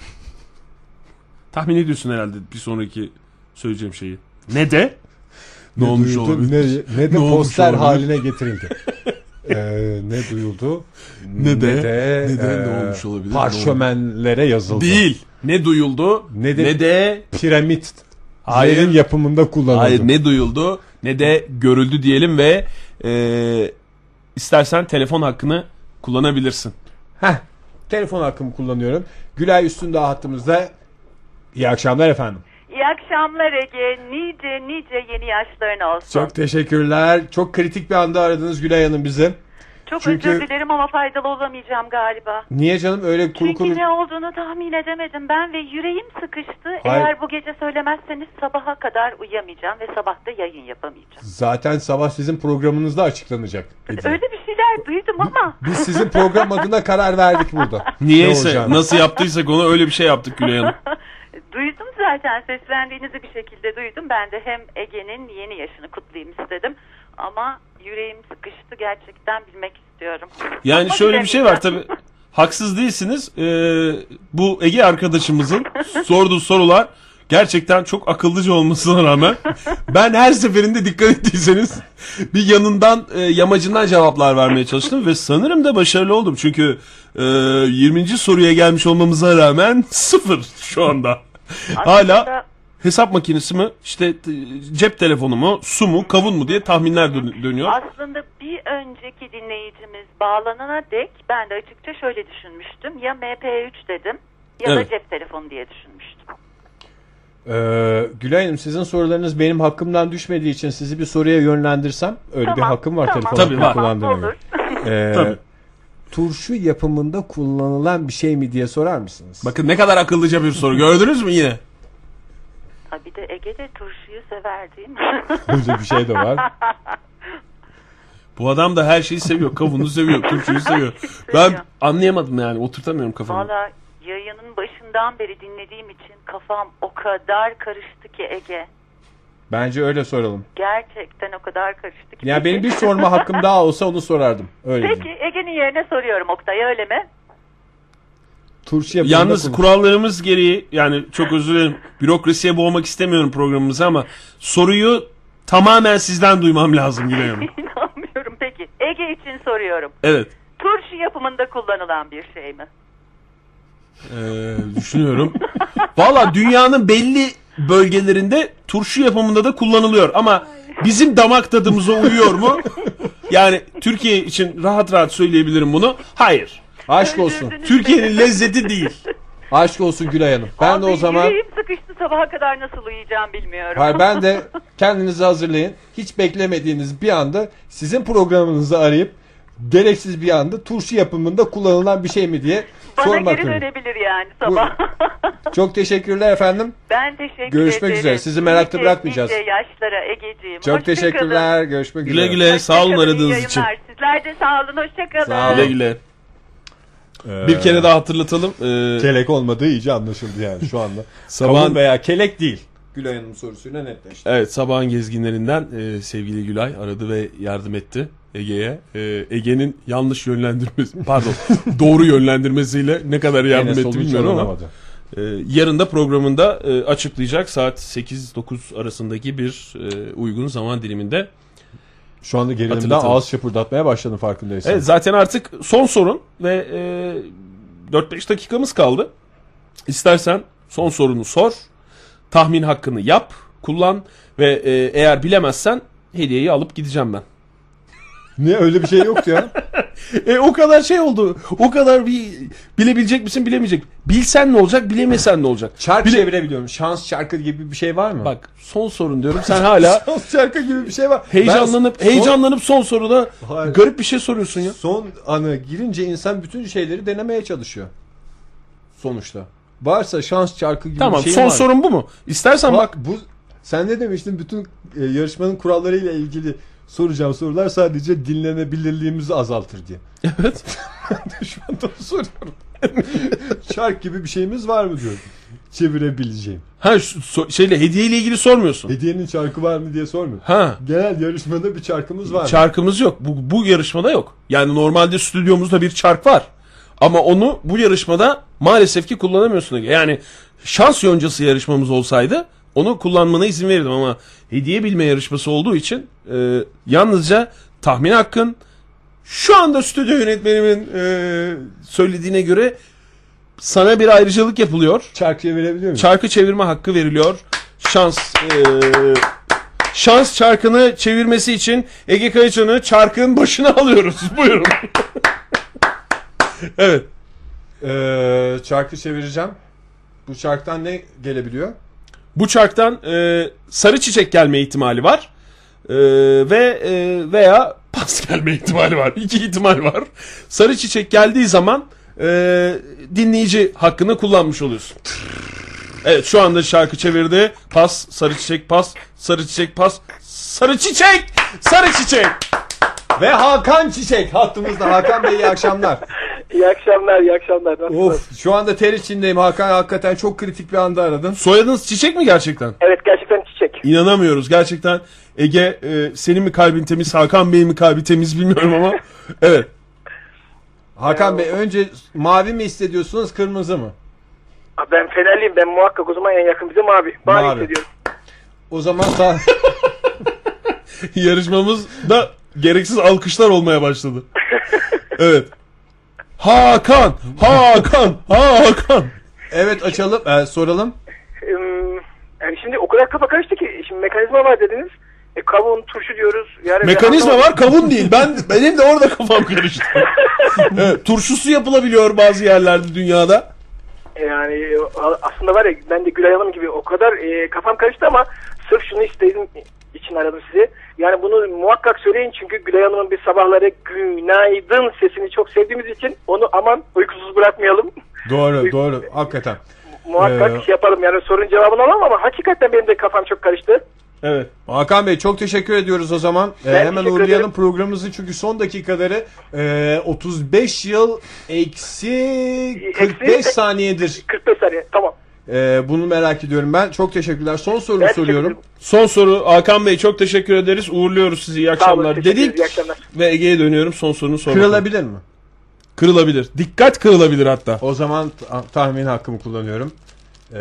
Tahmin ediyorsun herhalde bir sonraki söyleyeceğim şeyi. Ne de? Ne, ne olmuş duyuldu, olabilir? Ne, ne de Ne poster olmuş haline getirildi. ee, ne duyuldu? Ne de? Ne de, Ne de, e, ne olmuş olabilir? Parşömenlere yazıldı. Değil. Ne duyuldu? Ne de, ne de piramit. Hayır. Hayır. Yapımında kullanıldı. Hayır, ne duyuldu ne de görüldü diyelim ve e, istersen telefon hakkını kullanabilirsin. Heh, telefon hakkımı kullanıyorum. Gülay Üstündağ hattımızda. İyi akşamlar efendim. İyi akşamlar Ege. Nice nice yeni yaşların olsun. Çok teşekkürler. Çok kritik bir anda aradınız Gülay Hanım bizi. Çok Çünkü... özür dilerim ama faydalı olamayacağım galiba. Niye canım öyle kuru Çünkü kuru... ne olduğunu tahmin edemedim ben ve yüreğim sıkıştı. Hayır. Eğer bu gece söylemezseniz sabaha kadar uyuyamayacağım ve sabah da yayın yapamayacağım. Zaten sabah sizin programınızda açıklanacak. Hediye. Öyle bir şeyler duydum ama. Biz sizin program adına karar verdik burada. Niyeyse nasıl yaptıysak onu öyle bir şey yaptık Gülay Hanım. Duydum zaten, seslendiğinizi bir şekilde duydum. Ben de hem Ege'nin yeni yaşını kutlayayım istedim. Ama yüreğim sıkıştı, gerçekten bilmek istiyorum. Yani Ama şöyle bir şey var tabii. Haksız değilsiniz. Ee, bu Ege arkadaşımızın sorduğu sorular gerçekten çok akıllıca olmasına rağmen ben her seferinde dikkat ettiyseniz bir yanından e, yamacından cevaplar vermeye çalıştım ve sanırım da başarılı oldum. Çünkü e, yirminci soruya gelmiş olmamıza rağmen sıfır şu anda. Hala hesap makinesi mi, işte cep telefonu mu, su mu, kavun mu diye tahminler dön- dönüyor. Aslında bir önceki dinleyicimiz bağlanana dek ben de açıkça şöyle düşünmüştüm. Ya M P üç dedim ya Evet. da cep telefonu diye düşünmüştüm. Ee, Gülay Hanım, sizin sorularınız benim hakkımdan düşmediği için sizi bir soruya yönlendirsem, öyle Tamam, bir hakkım var tamam, telefon Tabii hakkını var. kullandığına Olur. göre. Ee, Tabii. turşu yapımında kullanılan bir şey mi diye sorar mısınız? Bakın ne kadar akıllıca bir soru, gördünüz mü yine? Ha, bir de Ege'de turşuyu sever değil mi? Öyle bir şey de var. Bu adam da her şeyi seviyor. Kavunu seviyor, turşuyu seviyor. Ben anlayamadım yani, oturtamıyorum kafamı. Valla yayının başından beri dinlediğim için kafam o kadar karıştı ki Ege. Bence öyle soralım. Gerçekten o kadar karıştı ki. Ya benim bir sorma hakkım daha olsa onu sorardım. Öyle Peki diyeyim. Ege'nin yerine soruyorum Oktay, öyle mi? Turşu yapımında Yalnız kullan- kurallarımız gereği, yani çok özür dilerim, bürokrasiye boğmak istemiyorum programımızı ama soruyu tamamen sizden duymam lazım Gülay Hanım. İnanmıyorum. Peki Ege için soruyorum. Evet. Turşu yapımında kullanılan bir şey mi? Ee, düşünüyorum. Valla dünyanın belli bölgelerinde turşu yapımında da kullanılıyor. Ama bizim damak tadımıza uyuyor mu? Yani Türkiye için rahat rahat söyleyebilirim bunu. Hayır. Aşk olsun. Türkiye'nin lezzeti değil. Aşk olsun Gülay Hanım. Ben Abi, de o zaman... yüreğim sıkıştı, sabaha kadar nasıl uyuyacağım bilmiyorum. Hayır, ben de kendinizi hazırlayın. Hiç beklemediğiniz bir anda sizin programınızı arayıp gereksiz bir anda turşu yapımında kullanılan bir şey mi diye Bana sormak geri önemli. dönebilir yani sabah. Çok teşekkürler efendim. Ben teşekkür Görüşmek ederim. üzere. Sizi merakta Nice- bırakmayacağız. nice yaşlara Egeciğim. Çok Hoşça teşekkürler. kalın. Görüşmek Güle üzere. güle. Sağ olun Hoşça kalın, iyi aradığınız için. yayınlar. Sizler de sağ olun. Hoşçakalın. Sağ olun. Güle güle. Ee, Bir kere daha hatırlatalım. Ee, kelek olmadığı iyice anlaşıldı yani şu anda. Sabahın- Kavun veya kelek değil. Gülay Hanım sorusuyla netleşti. Evet, sabahın gezginlerinden e, sevgili Gülay aradı ve yardım etti Ege'ye. E, Ege'nin yanlış yönlendirmesi, pardon doğru yönlendirmesiyle ne kadar yardım Yine etti sonuç bilmiyorum ama. alınamadı. E, yarın da programında e, açıklayacak saat sekiz dokuz arasındaki bir e, uygun zaman diliminde. Şu anda gerilimden Hatırlatalım. ağız şapırdatmaya başladım farkındaysan. Evet, zaten artık son sorun ve e, dört beş dakikamız kaldı. İstersen son sorunu sor. Tahmin hakkını yap, kullan ve e, eğer bilemezsen hediyeyi alıp gideceğim ben. Niye, öyle bir şey yoktu ya? E o kadar şey oldu. O kadar bir bilebilecek misin, bilemeyecek. Bilsen ne olacak, bilemesen ne olacak? Çark Bile- çevirebiliyorum. Şans çarkı gibi bir şey var mı? Bak, son sorun diyorum. Sen hala Şans çarkı gibi bir şey var. heyecanlanıp Ben son- heyecanlanıp son soruda Hayır. garip bir şey soruyorsun ya. Son anı girince insan bütün şeyleri denemeye çalışıyor. Sonuçta. Varsa şans çarkı gibi Tamam, bir şey son var. sorun bu mu? İstersen Bak, bak. bu sen ne demiştin? Bütün e, yarışmanın kurallarıyla ilgili soracağım sorular sadece dinlenebilirliğimizi azaltır diye. Evet. Şu anda onu soruyorum. Çark gibi bir şeyimiz var mı diyorum. Çevirebileceğim. Ha şu, so- şeyle hediyeyle ilgili sormuyorsun. Hediyenin çarkı var mı diye sormuyorum. Ha. Genel yarışmada bir çarkımız var mı? Çarkımız yok. Bu, bu yarışmada yok. Yani normalde stüdyomuzda bir çark var. Ama onu bu yarışmada maalesef ki kullanamıyorsun. Yani şans yoncası yarışmamız olsaydı onu kullanmana izin verirdim ama hediye bilme yarışması olduğu için e, yalnızca tahmin hakkın, şu anda stüdyo yönetmenimin e, söylediğine göre sana bir ayrıcalık yapılıyor. Çark çevirebiliyor muyum? Çarkı çevirme hakkı veriliyor. Şans e, şans çarkını çevirmesi için Ege Kayacan'ı çarkın başına alıyoruz. Buyurun. Evet. Ee, çarkı çevireceğim. Bu çarktan ne gelebiliyor? Bu çarktan e, sarı çiçek gelme ihtimali var. E, ve e, veya pas gelme ihtimali var. İki ihtimal var. Sarı çiçek geldiği zaman e, dinleyici hakkını kullanmış oluyorsun. Evet, şu anda şarkı çevirdi. Pas, sarı çiçek, pas, sarı çiçek, pas, sarı çiçek, sarı çiçek. Ve Hakan Çiçek hattımızda. Hakan Bey, iyi akşamlar. İyi akşamlar, iyi akşamlar. Nasılsınız? Of, şu anda ter içindeyim Hakan, hakikaten çok kritik bir anda aradın. Soyadınız Çiçek mi gerçekten? Evet, gerçekten Çiçek. İnanamıyoruz gerçekten. Ege, e, senin mi kalbin temiz, Hakan Bey'in mi kalbi temiz bilmiyorum ama evet. Hakan Bey, önce mavi mi hissediyorsunuz, kırmızı mı? Abi ben Fenerliyim, ben muhakkak o zaman en yakın bize mavi. Mavi, Mavi. hissediyorum. O zaman da Yarışmamızda gereksiz alkışlar olmaya başladı. Evet. Hakan, Hakan, Hakan. evet, açalım, e, soralım. Ee, yani şimdi o kadar kafa karıştı ki, şimdi mekanizma var dediniz. E, kavun, turşu diyoruz. Yani Mekanizma var, kavun değil. Ben benim de orada kafam karıştı. Evet, turşusu yapılabiliyor bazı yerlerde dünyada. Yani e, aslında var ya, ben de Gülay Hanım gibi o kadar e, kafam karıştı ama sırf şunu istedim için aradım sizi. Yani bunu muhakkak söyleyin, çünkü Gülay Hanım'ın bir sabahları günaydın sesini çok sevdiğimiz için onu aman uykusuz bırakmayalım. Doğru, doğru, hakikaten. Muhakkak Ee, şey yapalım, yani sorun cevabını alalım ama hakikaten benim de kafam çok karıştı. Evet. Hakan Bey, çok teşekkür ediyoruz o zaman. Ee, Ben hemen teşekkür uğurlayalım ederim. programımızı, çünkü son dakikaları e, otuz beş yıl eksi kırk beş Eksi- saniyedir. kırk beş saniye, tamam. E, bunu merak ediyorum ben. Çok teşekkürler. Son soruyu Ben soruyorum. teşekkür ederim. Son soru Hakan Bey, çok teşekkür ederiz. Uğurluyoruz sizi. İyi Sağ olun, akşamlar teşekkür ederiz, dedik iyi akşamlar. ve Ege'ye dönüyorum. Son sorunu sor. bakalım. Kırılabilir mi? Kırılabilir. Dikkat, kırılabilir hatta. O zaman ta- tahmin hakkımı kullanıyorum. Ee,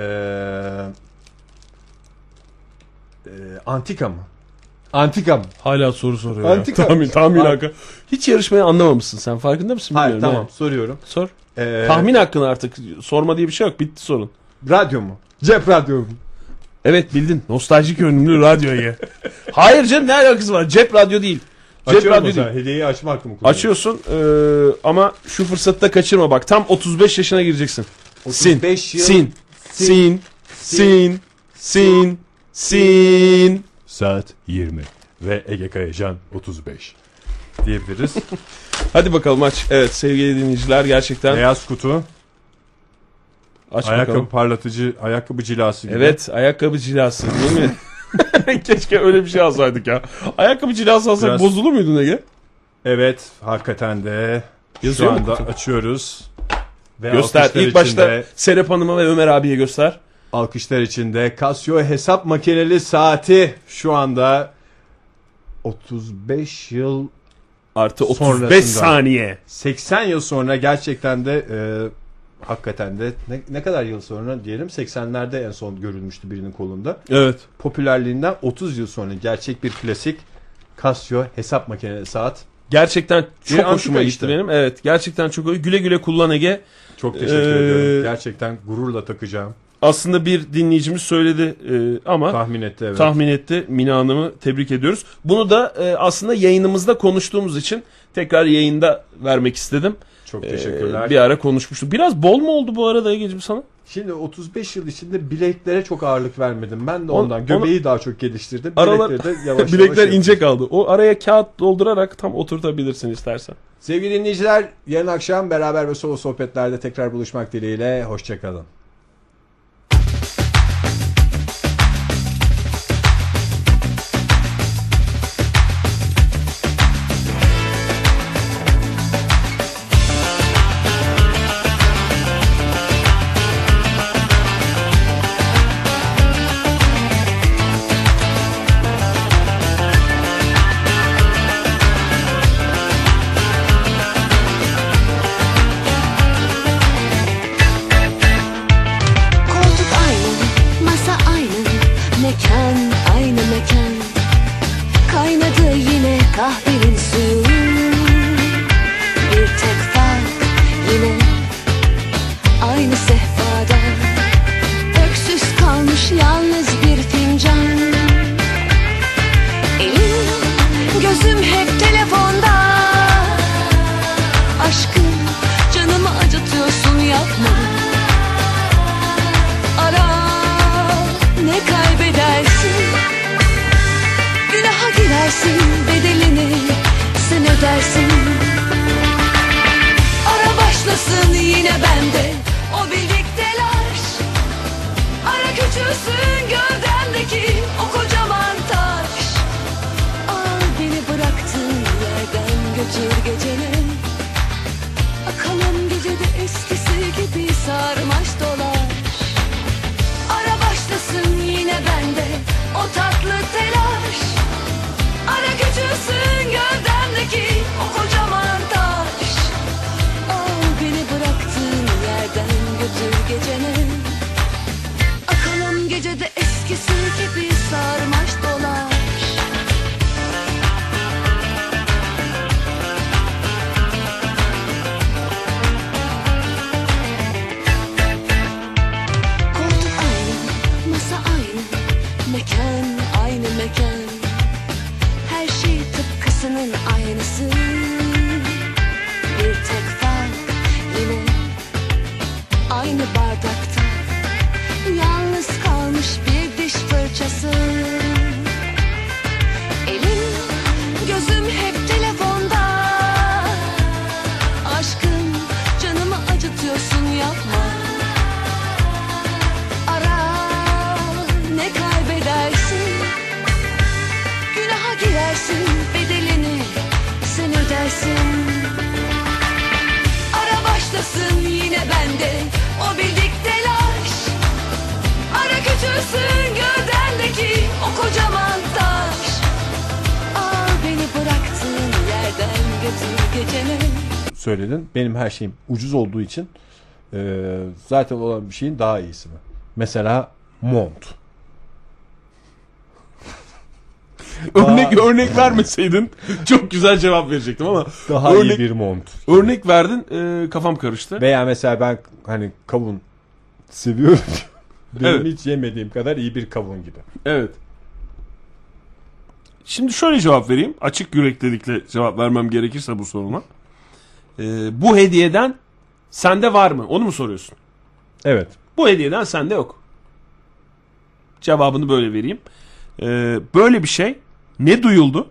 e, antika mı? Antika mı? Hala soru soruyor. ya. Antika. Tahmin, tahmin An- hakkı. Hiç yarışmayı anlamamışsın sen. Farkında mısın? Hayır, Bilmiyorum. tamam, Ne? soruyorum. Sor. Ee, Tahmin hakkını artık sorma diye bir şey yok. Bitti sorun. Radyo mu? Cep radyo mu? Evet bildin. Nostaljik yönümlü radyoyu. Hayır canım, ne alakası var? Cep radyo değil. Cep Açıyorum radyo mesela. değil. Hediyeyi açma hakkımı kullanıyorum. Açıyorsun ee, ama şu fırsatı da kaçırma bak. Tam otuz beş yaşına gireceksin. otuz beş sin, yıl. sin, sin, sin, sin, sin. Saat yirmi ve Ege Kayacan otuz beş diyebiliriz. Hadi bakalım aç. Evet sevgili dinleyiciler, gerçekten Beyaz kutu. aç Ayakkabı bakalım. parlatıcı, ayakkabı cilası gibi. Evet, ayakkabı cilası değil mi? Keşke öyle bir şey alsaydık ya. Ayakkabı cilası alsak Biraz- bozulur muydun Ege? Evet, hakikaten de Yazıyor şu mu anda kutu? açıyoruz. Ve Göster. alkışlar İlk başta içinde, Serap Hanım'a ve Ömer abiye göster. alkışlar içinde Casio hesap makineli saati şu anda otuz beş yıl, Artı otuz Sonrasında. beş saniye. seksen yıl sonra gerçekten de e, hakikaten de ne, ne kadar yıl sonra diyelim, seksenlerde en son görülmüştü birinin kolunda. Evet. Popülerliğinden otuz yıl sonra gerçek bir klasik Casio hesap makineli saat. Gerçekten çok Bir antika hoşuma gitti işte. benim. Evet, gerçekten çok güle güle kullan Ege. Çok teşekkür Ee, ediyorum. Gerçekten gururla takacağım. Aslında bir dinleyicimiz söyledi e, ama Tahmin etti, evet. tahmin etti. Mina Hanım'ı tebrik ediyoruz. Bunu da e, aslında yayınımızda konuştuğumuz için tekrar yayında vermek istedim. Çok E, teşekkürler. bir ara konuşmuştuk. Biraz bol mu oldu bu arada Ege'cim sana? Şimdi otuz beş yıl içinde bileklere çok ağırlık vermedim. Ben de On- ondan. Göbeği daha çok geliştirdim. Aralar- Bilekleri de yavaş Bilekler yavaş ince yapıyorum. kaldı. O araya kağıt doldurarak tam oturtabilirsin istersen. Sevgili dinleyiciler, yarın akşam beraber ve solo sohbetlerde tekrar buluşmak dileğiyle. Hoşçakalın. Koltuk aynı, masa aynı, mekan aynı mekan. Kaynadı yine kahvenin suyu. Bir tek fark yine aynı sehpada. Öksüz kalmış yalnız bir fincan. Elim gözüm hep telefonda. Aşkım canımı acıtıyorsun, yapma. Ara, ne kaybedersin? Günaha girersin, bedelini sen ödersin. Ara başlasın yine bende o bildik telaş. Ara küçülsün gövdemdeki o kocaman taş. Al beni bıraktığın yerden götür gecene. Akalım gecede eskisi gibi sarmaş dolaş. Ara başlasın yine bende o tatlı telaş. Ara küçülsün gövdemdeki o kocaman taş. Al beni bıraktığın yerden götür gecene. Akalım gecede eskisi gibi sarmaş dolaş. Koltuk aynı, masa aynı, mekan aynı mekan. Her şey tıpkısının aynısı. Bir tek fark yine aynı bardakta. Yalnız kalmış bir diş fırçası. Elim gözüm hep telefonda. Aşkım canımı acıtıyorsun, yapma. Ara, ne kaybedersin? Günaha girersin, bedelini sen ödersin. Ara başlasın yine bende o bildik telaş. Ara küçülsün gövdemdeki o kocaman taş. Al beni bıraktığın yerden götür gecene. Söyledin. Benim her şeyim ucuz olduğu için e, zaten olan bir şeyin daha iyisi mi? Mesela mont. Örnek örnek vermeseydin çok güzel cevap verecektim ama Daha örnek, iyi bir mont. örnek verdin, e, kafam karıştı. Veya mesela ben hani kavun seviyorum. Benim Evet. hiç yemediğim kadar iyi bir kavun gibi. Evet. Şimdi şöyle cevap vereyim. Açık yüreklilikle cevap vermem gerekirse bu soruna. Ee, bu hediyeden sende var mı? Onu mu soruyorsun? Evet. Bu hediyeden sende yok. Cevabını böyle vereyim. Ee, böyle bir şey ne duyuldu?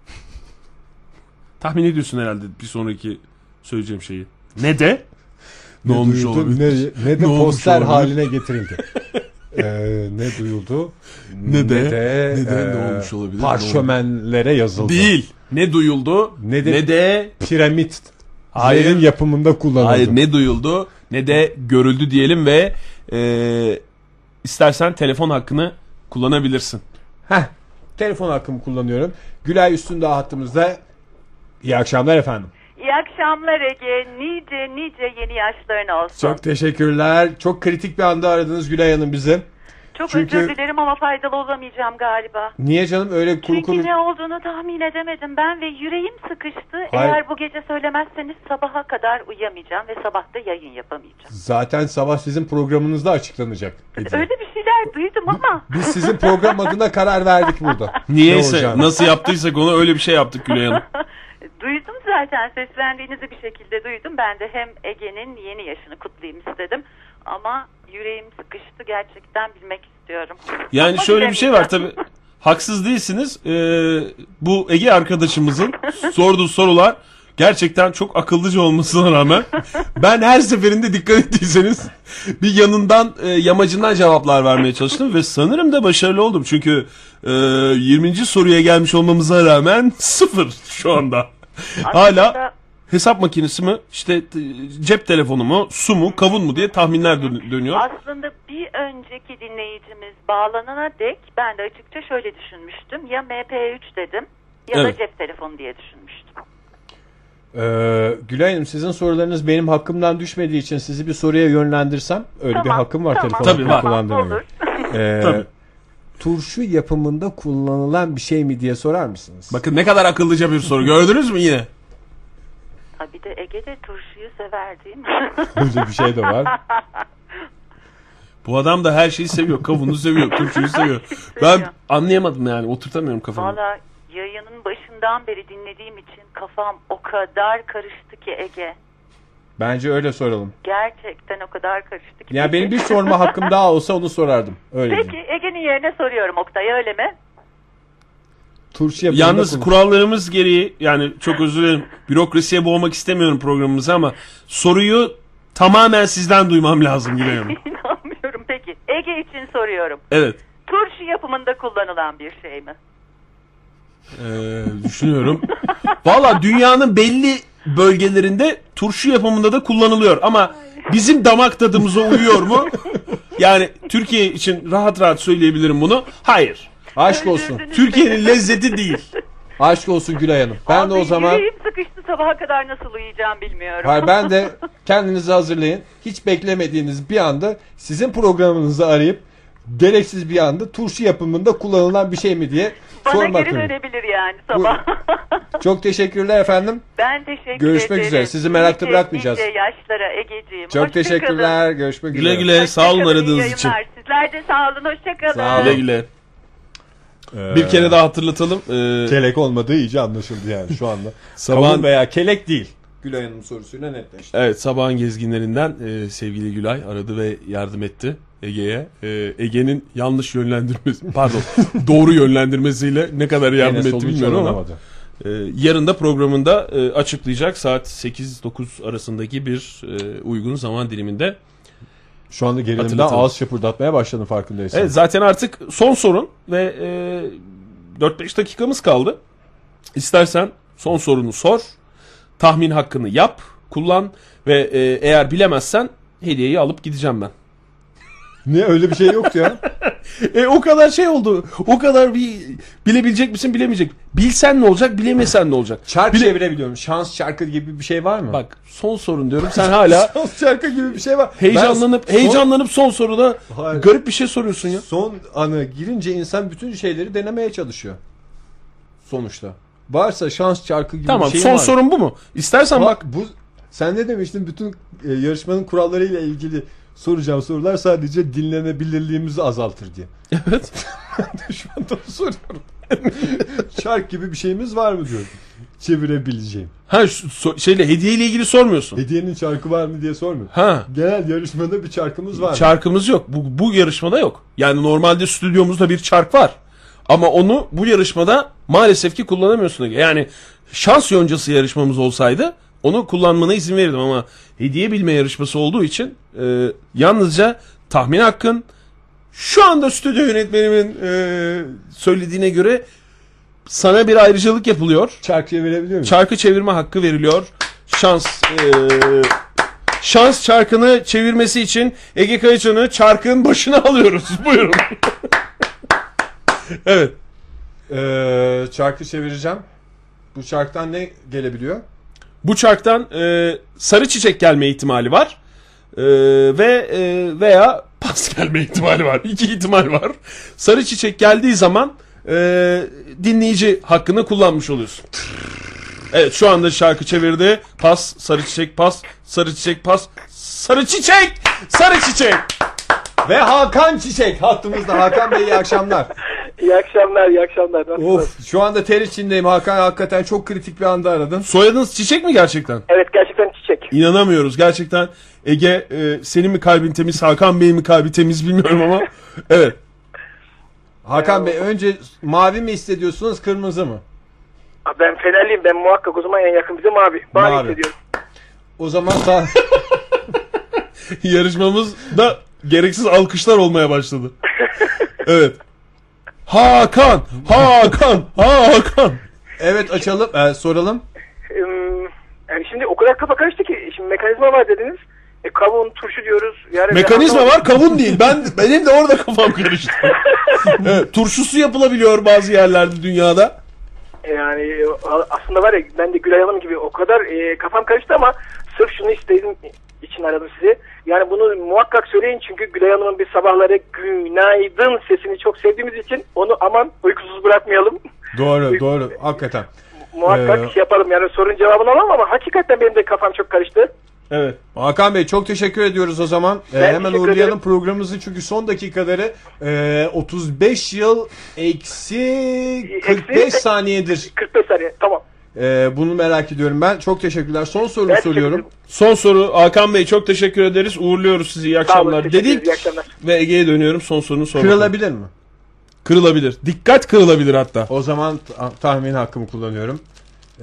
Tahmin ediyorsun herhalde bir sonraki söyleyeceğim şeyi. Ne de? Ne, ne olmuş duyuldu, olabilir? Ne, ne de Ne poster olmuş olabilir? haline getirildi. ee, ne duyuldu? Ne de? Ne de, Ne de? e, Ne olmuş olabilir? Parşömenlere yazıldı. Değil. Ne duyuldu? Ne de, ne de piramit. Hayır. Hayır. yapımında kullanıldı. Hayır, ne duyuldu ne de görüldü diyelim ve e, istersen telefon hakkını kullanabilirsin. Heh, telefon hakkımı kullanıyorum. Gülay Üstündağ hattımızda. İyi akşamlar efendim. İyi akşamlar Ege. Nice nice yeni yaşların olsun. Çok teşekkürler. Çok kritik bir anda aradınız Gülay Hanım bizi. Çok Çünkü- özür dilerim ama faydalı olamayacağım galiba. Niye canım öyle kuru Çünkü kuru... ne olduğunu tahmin edemedim ben ve yüreğim sıkıştı. Hayır. Eğer bu gece söylemezseniz sabaha kadar uyuyamayacağım ve sabah da yayın yapamayacağım. Zaten sabah sizin programınızda açıklanacak. hediye. Öyle bir şeyler duydum ama. Biz sizin program adına karar verdik burada. Ne Niyeyse olacağını. nasıl yaptıysak onu öyle bir şey yaptık Gülay Hanım. Duydum zaten, seslendiğinizi bir şekilde duydum. Ben de hem Ege'nin yeni yaşını kutlayayım istedim. Ama yüreğim sıkıştı, gerçekten bilmek istiyorum. Yani Ama şöyle bir şey var bilemeyeceğim. tabii. Haksız değilsiniz. Ee, bu Ege arkadaşımızın sorduğu sorular gerçekten çok akıllıca olmasına rağmen ben her seferinde dikkat ettiyseniz bir yanından e, yamacından cevaplar vermeye çalıştım ve sanırım da başarılı oldum. Çünkü e, yirminci soruya gelmiş olmamıza rağmen sıfır şu anda. Hala Aslında hesap makinesi mi, işte t- cep telefonu mu, su mu, kavun mu diye tahminler dön- dönüyor. Aslında bir önceki dinleyicimiz bağlanana dek ben de açıkça şöyle düşünmüştüm. Ya M P üç dedim ya Evet. da cep telefonu diye düşünmüştüm. Ee, Gülay Hanım sizin sorularınız benim hakkımdan düşmediği için sizi bir soruya yönlendirsem öyle bir Tamam, hakkım var tamam. telefon Tabii hakkını var. kullandığıma Olur. göre. Ee, Tabii. turşu yapımında kullanılan bir şey mi diye sorar mısınız? Bakın ne kadar akıllıca bir soru. Gördünüz mü yine? Ha, bir de Ege de turşuyu sever değil mi? Öyle bir şey de var. Bu adam da her şeyi seviyor. Kavunu seviyor, turşuyu seviyor. Ben anlayamadım yani. Oturtamıyorum kafamı. Valla yayının başından beri dinlediğim için kafam o kadar karıştı ki Ege. Bence öyle soralım. Gerçekten o kadar karıştı ki. Ya benim bir sorma hakkım daha olsa onu sorardım. Öyle Peki diyeyim. Ege'nin yerine soruyorum Oktay, öyle mi? Turşu yapımında Yalnız kullan- kurallarımız gereği, yani çok özür dilerim, bürokrasiye boğmak istemiyorum programımızı ama soruyu tamamen sizden duymam lazım Gülay Hanım. İnanmıyorum. Peki Ege için soruyorum. Evet. Turşu yapımında kullanılan bir şey mi? Ee, düşünüyorum. Valla dünyanın belli bölgelerinde turşu yapımında da kullanılıyor ama bizim damak tadımıza uyuyor mu? Yani Türkiye için rahat rahat söyleyebilirim bunu. Hayır. Aşk olsun. Türkiye'nin lezzeti değil. Aşk olsun Gülay Hanım. Ben Abi, de o zaman yüreğim sıkıştı, sabaha kadar nasıl uyuyacağım bilmiyorum. hayır, ben de kendinizi hazırlayın. Hiç beklemediğiniz bir anda sizin programınızı arayıp gereksiz bir anda turşu yapımında kullanılan bir şey mi diye Bana sormak geri zorunda. dönebilir yani sabah. Çok teşekkürler efendim. Ben teşekkür Görüşmek ederim. üzere. Sizi merakta Nice- bırakmayacağız. nice yaşlara Egeciğim. Çok Hoşça teşekkürler. kalın. Görüşmek Güle üzere. güle. Sağ olun Hoşça kalın, iyi aradığınız için. yayınlar. Sizler de sağ olun. Hoşçakalın. Sağ olun. Güle güle. Ee, Bir kere daha hatırlatalım. Ee, kelek olmadığı iyice anlaşıldı yani şu anda. Sabahın- Kavun veya kelek değil. Gülay Hanım sorusuyla netleşti. Evet, sabahın gezginlerinden e, sevgili Gülay aradı ve yardım etti Ege'ye. E, Ege'nin yanlış yönlendirmesi, pardon doğru yönlendirmesiyle ne kadar yardım Yine etti sonuç bilmiyorum ama. alınamadı. E, yarın da programında e, açıklayacak saat sekiz dokuz arasındaki bir e, uygun zaman diliminde. Şu anda gerilimden Hatırlatalım. ağız şapırdatmaya başladım farkındaysan. Evet, zaten artık son sorun ve e, dört beş dakikamız kaldı. İstersen son sorunu sor, tahmin hakkını yap, kullan ve e, eğer bilemezsen hediyeyi alıp gideceğim ben. Niye öyle bir şey yoktu ya? E o kadar şey oldu. O kadar bir bilebilecek misin, bilemeyecek. Bilsen ne olacak, bilemesen ne olacak? Çark Bile- çevirebiliyorum. Şans çarkı gibi bir şey var mı? Bak, son sorun diyorum. Sen hala Şans çarkı gibi bir şey var. heyecanlanıp Ben son- heyecanlanıp son soruda Hayır. garip bir şey soruyorsun ya. Son anı girince insan bütün şeyleri denemeye çalışıyor. Sonuçta. Varsa şans çarkı gibi Tamam, bir şey son var. sorun bu mu? İstersen Bak, bak bu sen ne demiştin, bütün e, yarışmanın kurallarıyla ilgili soracağım sorular sadece dinlenebilirliğimizi azaltır diye. Evet. Şu anda onu soruyorum. Çark gibi bir şeyimiz var mı diyorum. Çevirebileceğim. Ha şu, so- şeyle hediyeyle ilgili sormuyorsun. Hediyenin çarkı var mı diye sormuyorum. Ha. Genel yarışmada bir çarkımız var mı? Çarkımız yok. Bu, bu yarışmada yok. Yani normalde stüdyomuzda bir çark var. Ama onu bu yarışmada maalesef ki kullanamıyorsun. Yani şans yoncası yarışmamız olsaydı onu kullanmana izin verirdim ama hediye bilme yarışması olduğu için e, yalnızca tahmin hakkın, şu anda stüdyo yönetmenimin e, söylediğine göre sana bir ayrıcalık yapılıyor. Çark çevirebiliyor muyum? Çarkı çevirme hakkı veriliyor. Şans e, şans çarkını çevirmesi için Ege Kayacan'ı çarkın başına alıyoruz. Buyurun. Evet. Ee, çarkı çevireceğim. Bu çarktan ne gelebiliyor? Bu çarktan e, sarı çiçek gelme ihtimali var. E, ve e, veya pas gelme ihtimali var. İki ihtimal var. Sarı çiçek geldiği zaman e, dinleyici hakkını kullanmış oluyorsun. Evet, şu anda şarkı çevirdi. Pas, sarı çiçek, pas, sarı çiçek, pas, sarı çiçek, sarı çiçek. Ve Hakan Çiçek hattımızda. Hakan Bey iyi akşamlar. İyi akşamlar, iyi akşamlar. Nasılsınız? Of, şu anda ter içindeyim Hakan, hakikaten çok kritik bir anda aradın. Soyadınız Çiçek mi gerçekten? Evet, gerçekten Çiçek. İnanamıyoruz gerçekten. Ege, e, senin mi kalbin temiz, Hakan Bey'in mi kalbi temiz bilmiyorum ama evet. Hakan Bey, önce mavi mi hissediyorsunuz, kırmızı mı? Ben Fenerliyim, ben muhakkak o zaman en yakın bize mavi. Mavi, Mavi. hissediyorum. O zaman ta... Yarışmamızda gereksiz alkışlar olmaya başladı. Evet. Hakan, Hakan, Hakan. Evet, açalım, e, soralım. Hmm, yani şimdi o kadar kafa karıştı ki, şimdi mekanizma var dediniz. E, kavun, turşu diyoruz. Yani Mekanizma var, kavun değil. Ben benim de orada kafam karıştı. Evet, turşusu yapılabiliyor bazı yerlerde dünyada. Yani aslında var ya, ben de Gülay Hanım gibi o kadar e, kafam karıştı ama sırf şunu istedim için aradım sizi. Yani bunu muhakkak söyleyin, çünkü Gülay Hanım'ın bir sabahları günaydın sesini çok sevdiğimiz için onu aman uykusuz bırakmayalım. Doğru, doğru, hakikaten. Muhakkak Ee, şey yapalım, yani sorun cevabını alalım ama hakikaten benim de kafam çok karıştı. Evet. Hakan Bey, çok teşekkür ediyoruz o zaman. Ee, hemen teşekkür uğurlayalım ederim. programımızı, çünkü son dakikaları e, otuz beş yıl eksi kırk beş Eksi- saniyedir. kırk beş saniye, tamam. Ee, bunu merak ediyorum ben. Çok teşekkürler. Son sorumu Ben soruyorum. teşekkür Son soru Hakan Bey, çok teşekkür ederiz. Uğurluyoruz sizi. İyi Sağ olun, akşamlar teşekkür ederiz, dedik. iyi akşamlar. Ve Ege'ye dönüyorum. Son sorunu sor. bakalım. Kırılabilir mi? Kırılabilir. Dikkat, kırılabilir hatta. O zaman ta- tahmin hakkımı kullanıyorum. Ee,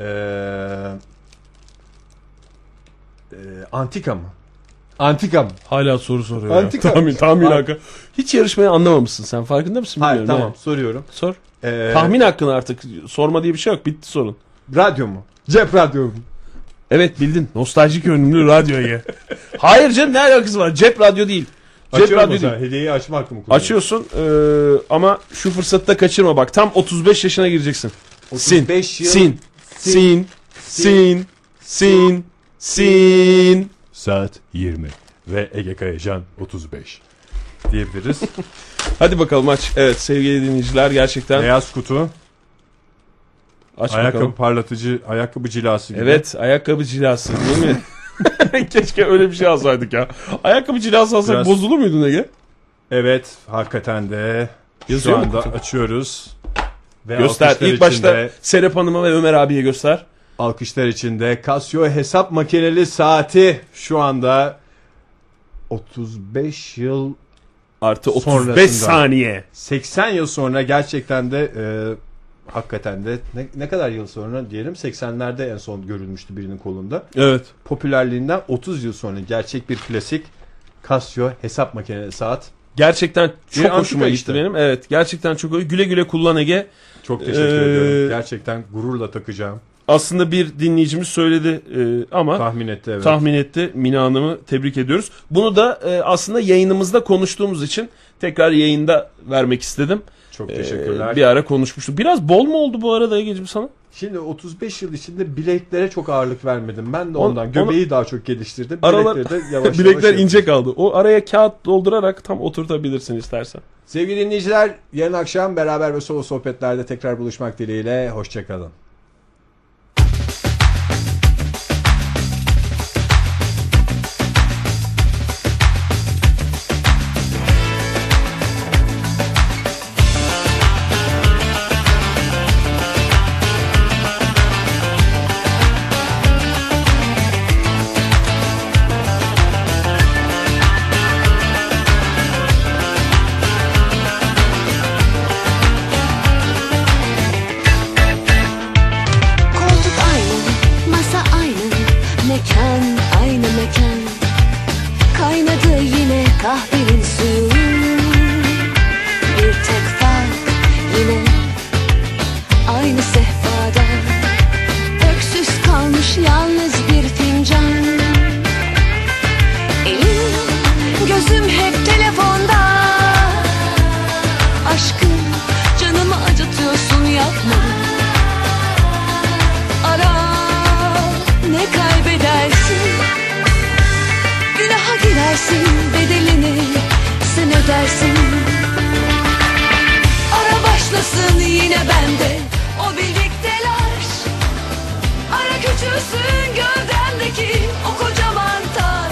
e, antika mı? Antika mı? Hala soru soruyor. Antika. Ya. Tahmin, tahmin An- hakkı. Hiç yarışmayı anlamamışsın sen. Farkında mısın? Hayır, Bilmiyorum. tamam, Ne? soruyorum. Sor. Ee, Tahmin hakkını artık. Sorma diye bir şey yok. Bitti sorun. Radyo mu? Cep radyo mu? Evet, bildin. Nostaljik görünümlü radyoyu. Hayır canım, ne alakası var? Cep radyo değil. Cep Açıyorum radyo o zaman. değil. Hediyeyi açma hakkımı kullanıyorum. Açıyorsun eee, ama şu fırsatı da kaçırma bak. Tam otuz beş yaşına gireceksin. otuz beş sin, yıl. sin, sin, sin, sin, sin. Saat yirmi. Ve Ege Kayacan otuz beş. Diyebiliriz. Hadi bakalım aç. Evet sevgili dinleyiciler, gerçekten Beyaz kutu. aç Ayakkabı bakalım. parlatıcı, ayakkabı cilası gibi. Evet, ayakkabı cilası değil mi? Keşke öyle bir şey alsaydık ya. Ayakkabı cilası alsak Biraz- bozulur muydun Ege? Evet, hakikaten de. Yazıyor Şu mu anda kutu? açıyoruz. Ve Göster. alkışlar İlk başta içinde- Serap Hanım'a ve Ömer abiye göster. Alkışlar içinde Casio hesap makineli saati şu anda otuz beş yıl, Artı otuz Sonrasında. beş saniye. seksen yıl sonra gerçekten de e, hakikaten de ne, ne kadar yıl sonra diyelim, seksenlerde en son görülmüştü birinin kolunda. Evet. Popülerliğinden otuz yıl sonra gerçek bir klasik Casio hesap makineli saat. Gerçekten çok Bir antika hoşuma gitti işte. benim. Evet, gerçekten çok güle güle kullan Ege. Çok teşekkür Ee, ediyorum. Gerçekten gururla takacağım. Aslında bir dinleyicimiz söyledi e, ama Tahmin etti, evet. tahmin etti. Mina Hanım'ı tebrik ediyoruz. Bunu da e, aslında yayınımızda konuştuğumuz için tekrar yayında vermek istedim. Çok E, teşekkürler. bir ara konuşmuştuk. Biraz bol mu oldu bu arada Ege'ciğim sana? Şimdi otuz beş yıl içinde bileklere çok ağırlık vermedim. Ben de On- ondan. onu- Göbeği daha çok geliştirdim. Aralar Bilekleri de yavaş bilekler yavaş ince yapıyorum. kaldı. O araya kağıt doldurarak tam oturtabilirsin istersen. Sevgili dinleyiciler, yarın akşam beraber ve solo sohbetlerde tekrar buluşmak dileğiyle. Hoşçakalın. istersin. Ara başlasın yine bende o birlikteler. Ara küçülsün gövdemdeki o